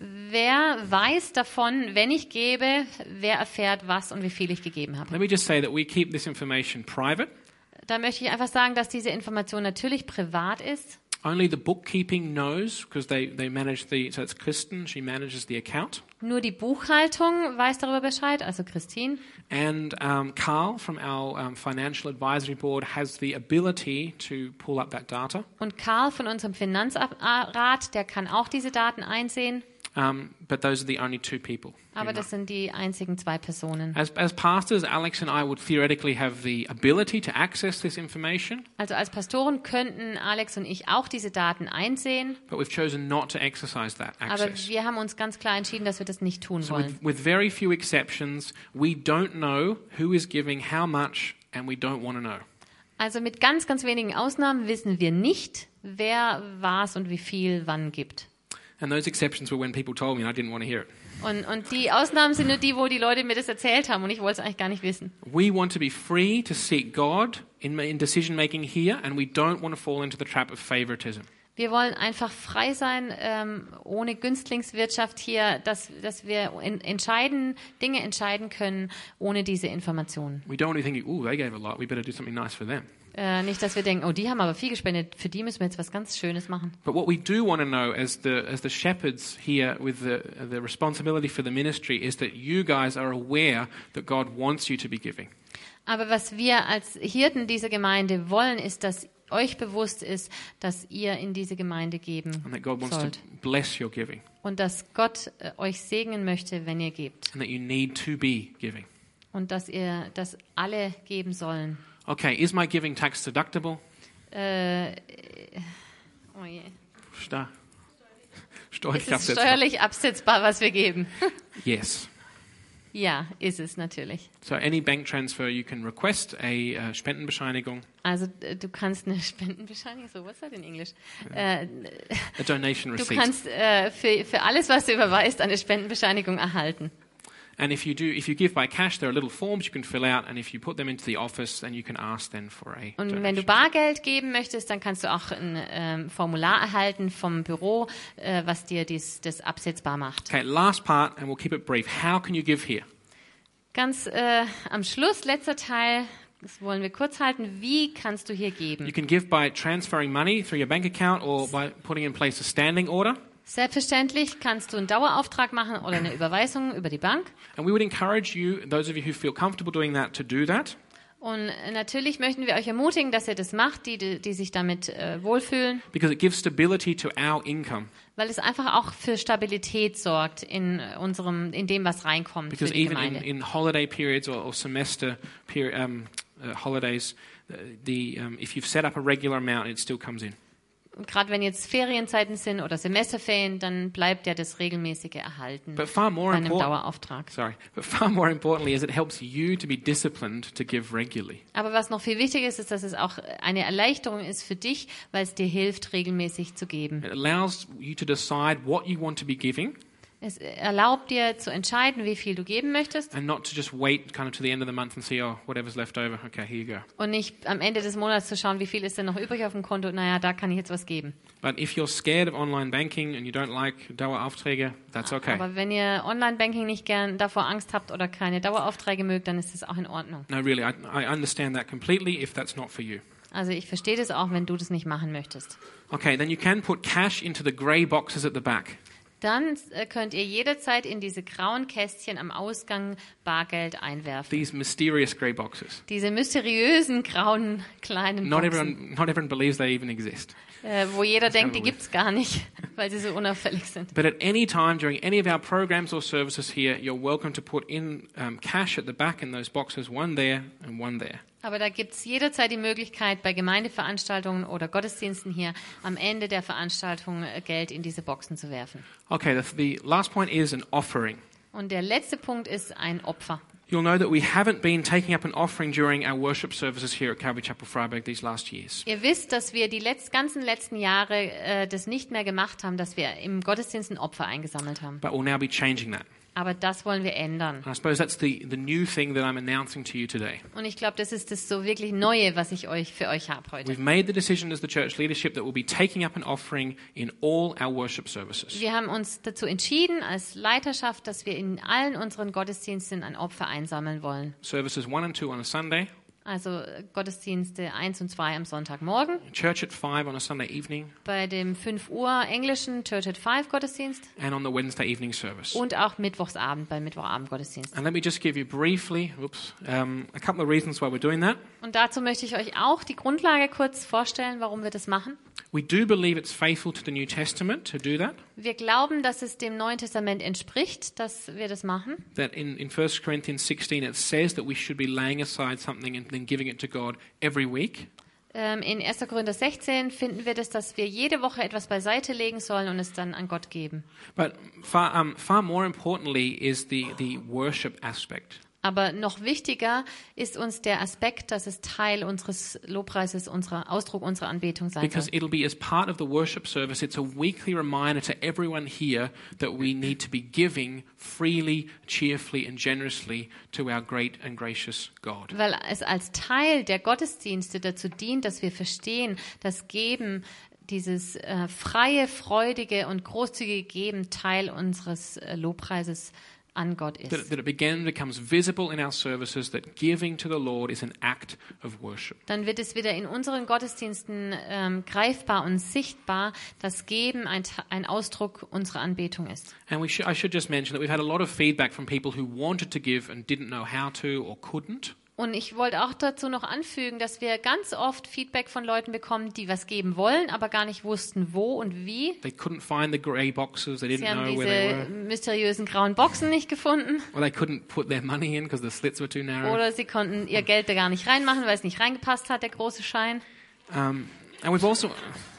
Wer weiß davon, wenn ich gebe, wer erfährt was und wie viel ich gegeben habe? Let me just say that we keep this information private. Da möchte ich einfach sagen, dass diese Information natürlich privat ist. Only the bookkeeping knows, because they, they manage the, so it's Kristen, she manages the account. Nur die Buchhaltung weiß darüber Bescheid, also Christine. And um, Carl from our um, financial advisory board has the ability to pull up that data. Und Karl von unserem Finanzrat, der kann auch diese Daten einsehen. Um, but those are the only two people. Aber das sind die einzigen zwei Personen. As, as pastors, Alex and I would theoretically have the ability to access this information. Also als Pastoren könnten Alex und ich auch diese Daten einsehen. But we've chosen not to exercise that access. Aber wir haben uns ganz klar entschieden, dass wir das nicht tun So wollen. with, with very few exceptions, we don't know who is giving how much, and we don't want to know. Also mit ganz, ganz wenigen Ausnahmen wissen wir nicht, wer was und wie viel wann gibt. And those exceptions were when people told me and I didn't want to hear it. Und, und die Ausnahmen sind nur die, wo die Leute mir das erzählt haben und ich wollte es eigentlich gar nicht wissen. We want to be free to seek God in, in decision making here, and we don't want to fall into the trap of favoritism. Wir wollen einfach frei sein, ähm, ohne Günstlingswirtschaft hier, dass, dass wir in, entscheiden, Dinge entscheiden können, ohne diese Informationen. We don't want to be thinking, oh, they gave a lot, we better do something nice for them. Äh, nicht, dass wir denken, oh, die haben aber viel gespendet, für die müssen wir jetzt was ganz Schönes machen. But what we do want to know as the as the shepherds here with the the responsibility for the ministry is that you guys are aware that God wants you to be giving. Aber was wir als Hirten dieser Gemeinde wollen, ist, dass euch bewusst ist, dass ihr in diese Gemeinde geben And that God wants sollt. to bless your giving. Und dass Gott äh, euch segnen möchte, wenn ihr gebt. And that you need to be giving. Und dass ihr, dass alle geben sollen. Okay, is my giving tax deductible? Äh, oh je. Sta- Ist Steuerlich es absetzbar. steuerlich absetzbar, was wir geben? Yes. Ja, ist es natürlich. So any bank transfer, you can request a uh, Spendenbescheinigung, Also äh, du kannst eine Spendenbescheinigung, so what's that in English? Äh, a donation du receipt. kannst äh, für, für alles, was du überweist, eine Spendenbescheinigung erhalten. And if you do, if you give by cash, there are little forms you can fill out, and if you put them into the office, then you can ask then for a Und donation. wenn du Bargeld geben möchtest, dann kannst du auch ein ähm, Formular erhalten vom Büro, äh, was dir dies, das absetzbar macht. Okay, last part, and we'll keep it brief. How can you give here? Ganz äh, am Schluss, letzter Teil, das wollen wir kurz halten. Wie kannst du hier You geben? can give by transferring money through your bank account or by putting in place a standing order. Selbstverständlich kannst du einen Dauerauftrag machen oder eine Überweisung über die Bank. And we would encourage you, those of you who feel comfortable doing that, to do that. Und natürlich möchten wir euch ermutigen, dass ihr das macht, die, die, die sich damit äh, wohlfühlen, Because it gives stability to our income. weil es einfach auch für Stabilität sorgt in unserem, in dem, was reinkommt für Because die even in, Gemeinde. in holiday periods or, or semester peri- um, uh, holidays, uh, the um, if you've set up a regular amount, it still comes in. Und gerade wenn jetzt Ferienzeiten sind oder Semesterferien, dann bleibt ja das regelmäßige erhalten But far bei more einem important, Dauerauftrag. sorry, but far more importantly, is it helps you to be disciplined to give regularly. Aber was noch viel wichtiger ist, ist, dass es auch eine Erleichterung ist für dich, weil es dir hilft, regelmäßig zu geben. It allows you to decide what you want to be giving, Es erlaubt dir zu entscheiden, wie viel du geben möchtest and not to just wait kind of to the end of the month and see, oh, whatever's left over. Okay, here you go. und nicht am Ende des Monats zu schauen, wie viel ist denn noch übrig auf dem Konto. Naja, da kann ich jetzt was geben. But if you're scared of online banking and you don't like Daueraufträge, that's okay. Aber wenn ihr Online-Banking nicht gern davor Angst habt oder keine Daueraufträge mögt, dann ist das auch in Ordnung. No, really, I, I understand that completely if that's not for you. Also ich verstehe das auch, wenn du das nicht machen möchtest. Okay, then you can put cash into the grey boxes at the back. Dann äh, könnt ihr jederzeit in diese grauen Kästchen am Ausgang Bargeld einwerfen. These mysterious grey boxes. Diese mysteriösen grauen kleinen Not Boxen, everyone, not everyone believes they even exist. äh, wo jeder denkt, die unbelievable. gibt's gar nicht, weil sie so unauffällig sind. But at any time during any of our programs or services here, you're welcome to put in um, cash at the back in those boxes, one there and one there. Aber da gibt's jederzeit die Möglichkeit, bei Gemeindeveranstaltungen oder Gottesdiensten hier am Ende der Veranstaltung äh, Geld in diese Boxen zu werfen. Okay, the, the last point is an offering. Und der letzte Punkt ist ein Opfer. You'll know that we haven't been taking up an offering during our worship services here at Calvary Chapel Freiburg these last years. Ihr wisst, dass wir die letzt, ganzen letzten Jahre äh, das nicht mehr gemacht haben, dass wir im Gottesdienst ein Opfer eingesammelt haben. But we'll now be changing that. Aber das wollen wir ändern. And I suppose that's the, the new thing that I'm announcing to you today. Und ich glaube, das ist das so wirklich Neue, was ich euch für euch habe heute. We've made the decision as the church leadership that we'll be taking up an offering in all our worship services. Wir haben uns dazu entschieden, als Leiterschaft, dass wir in allen unseren Gottesdiensten ein Opfer einsammeln wollen. Services one and two on a Sunday, Also Gottesdienste eins und zwei am Sonntagmorgen. Church at five on a Sunday evening. Bei dem fünf Uhr englischen Church at five Gottesdienst. And on the Wednesday evening service. Und auch Mittwochsabend beim Mittwochabend Gottesdienst. And let me just give you briefly, oops, um, a couple of reasons why we're doing that. Und dazu möchte ich euch auch die Grundlage kurz vorstellen, warum wir das machen. We do believe it's faithful to the New Testament to do that. Wir glauben, dass es dem Neuen Testament entspricht, dass wir das machen. That in, in First Corinthians sixteen it says that we should be laying aside something and then giving it to God every week. Ähm, in erster Korinther sechzehn finden wir das, dass wir jede Woche etwas beiseite legen sollen und es dann an Gott geben. But far, um, far more importantly is the, the worship aspect. Aber noch wichtiger ist uns der Aspekt, dass es Teil unseres Lobpreises, unserer Ausdruck unserer Anbetung sein Because soll. it'll be as part of the worship service, it's a weekly reminder to everyone here that we need to be giving freely, cheerfully and generously to our great and gracious God. Weil es als Teil der Gottesdienste dazu dient, dass wir verstehen, dass Geben, dieses äh, freie, freudige und großzügige Geben Teil unseres äh, Lobpreises an Gott ist. That, that it again becomes visible in our services that giving to the Lord is an act of worship. Dann wird es wieder in unseren Gottesdiensten ähm, greifbar und sichtbar, dass Geben ein, ein Ausdruck unserer Anbetung ist. And we should, I should just mention that we've had a lot of feedback from people who wanted to give and didn't know how to or couldn't. Und ich wollte auch dazu noch anfügen, dass wir ganz oft Feedback von Leuten bekommen, die was geben wollen, aber gar nicht wussten, wo und wie. They couldn't find the grey boxes. They Sie didn't haben know where they diese were. mysteriösen grauen Boxen nicht gefunden. Or they couldn't put their money in because the slits were too narrow. Oder sie konnten ihr Geld da gar nicht reinmachen, weil es nicht reingepasst hat, der große Schein. Um, and we've also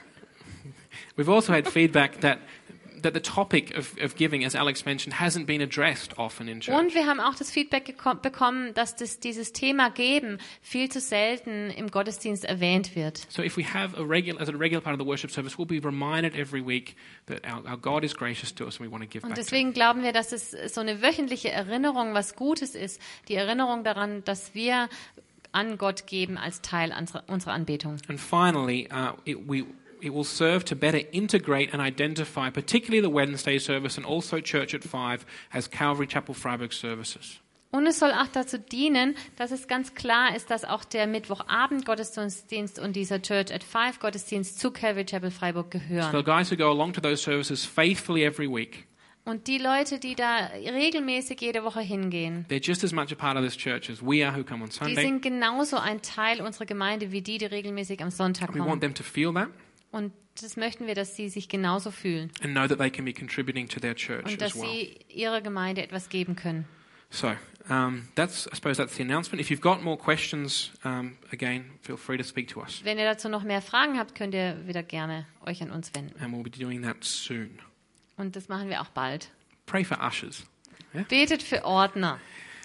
we've also had feedback that that the topic of, of giving, as Alex mentioned, hasn't been addressed often in church. Und wir haben auch das Feedback geko- bekommen, dass das, dieses Thema Geben viel zu selten im Gottesdienst erwähnt wird. So if we have a regular, as a regular part of the worship service, we'll be reminded every week that our, our God is gracious to us and we want to give Und back to Him. deswegen glauben wir, dass es so eine wöchentliche Erinnerung was Gutes ist. Die Erinnerung daran, dass wir an Gott geben als Teil unserer, unserer Anbetung. And finally, uh, it, we, it will serve to better integrate and identify particularly the Wednesday service and also Church at Five as Calvary Chapel Freiburg services. Und es soll auch dazu dienen, dass es ganz klar ist, dass auch der Mittwochabend-Gottesdienst und dieser Church at Five Gottesdienst zu Calvary Chapel Freiburg So gehören. the guys who go along to those services faithfully every week, Und die Leute, die da regelmäßig jede Woche hingehen, they're just as much a part of this church as we are who come on die Sunday. sind genauso ein Teil unserer Gemeinde wie die, die regelmäßig am Sonntag We want kommen. them to feel that Und das möchten wir, dass sie sich genauso fühlen and know that they can be contributing to their church und as dass well. sie ihrer Gemeinde etwas geben können. So um, that's, I suppose that's the announcement. If you've got more questions, um, again, feel free to speak to us. Wenn ihr dazu noch mehr Fragen habt, könnt ihr wieder gerne euch an uns wenden. And we'll be doing that soon. Und das machen wir auch bald. Pray for ushers. Betet für Ordner.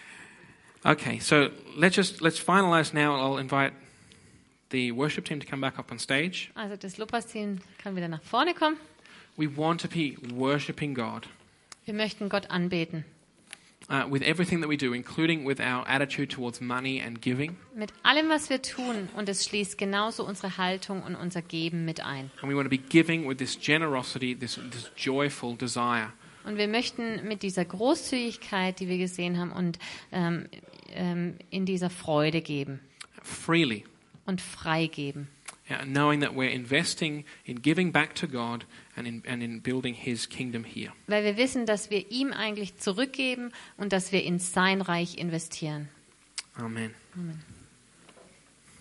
Okay, so let's just let's finalize now. I'll invite the worship team to come back up on stage. Also das Lobpreisteam kann wieder nach vorne kommen. We want to be worshiping God Wir möchten Gott anbeten. uh, with everything that we do, including with our attitude towards money and giving. Mit allem, was wir tun. Und es schließt genauso unsere Haltung und unser Geben mit ein. And we want to be giving with this generosity, this, this joyful desire. Und wir möchten mit dieser Großzügigkeit, die wir gesehen haben, und ähm, ähm, in dieser Freude geben Freely, und frei geben. uh, knowing that we're investing in giving back to God and in, and in building His kingdom here. Weil wir wissen, dass wir ihm eigentlich zurückgeben und dass wir in sein Reich investieren. Amen. Amen.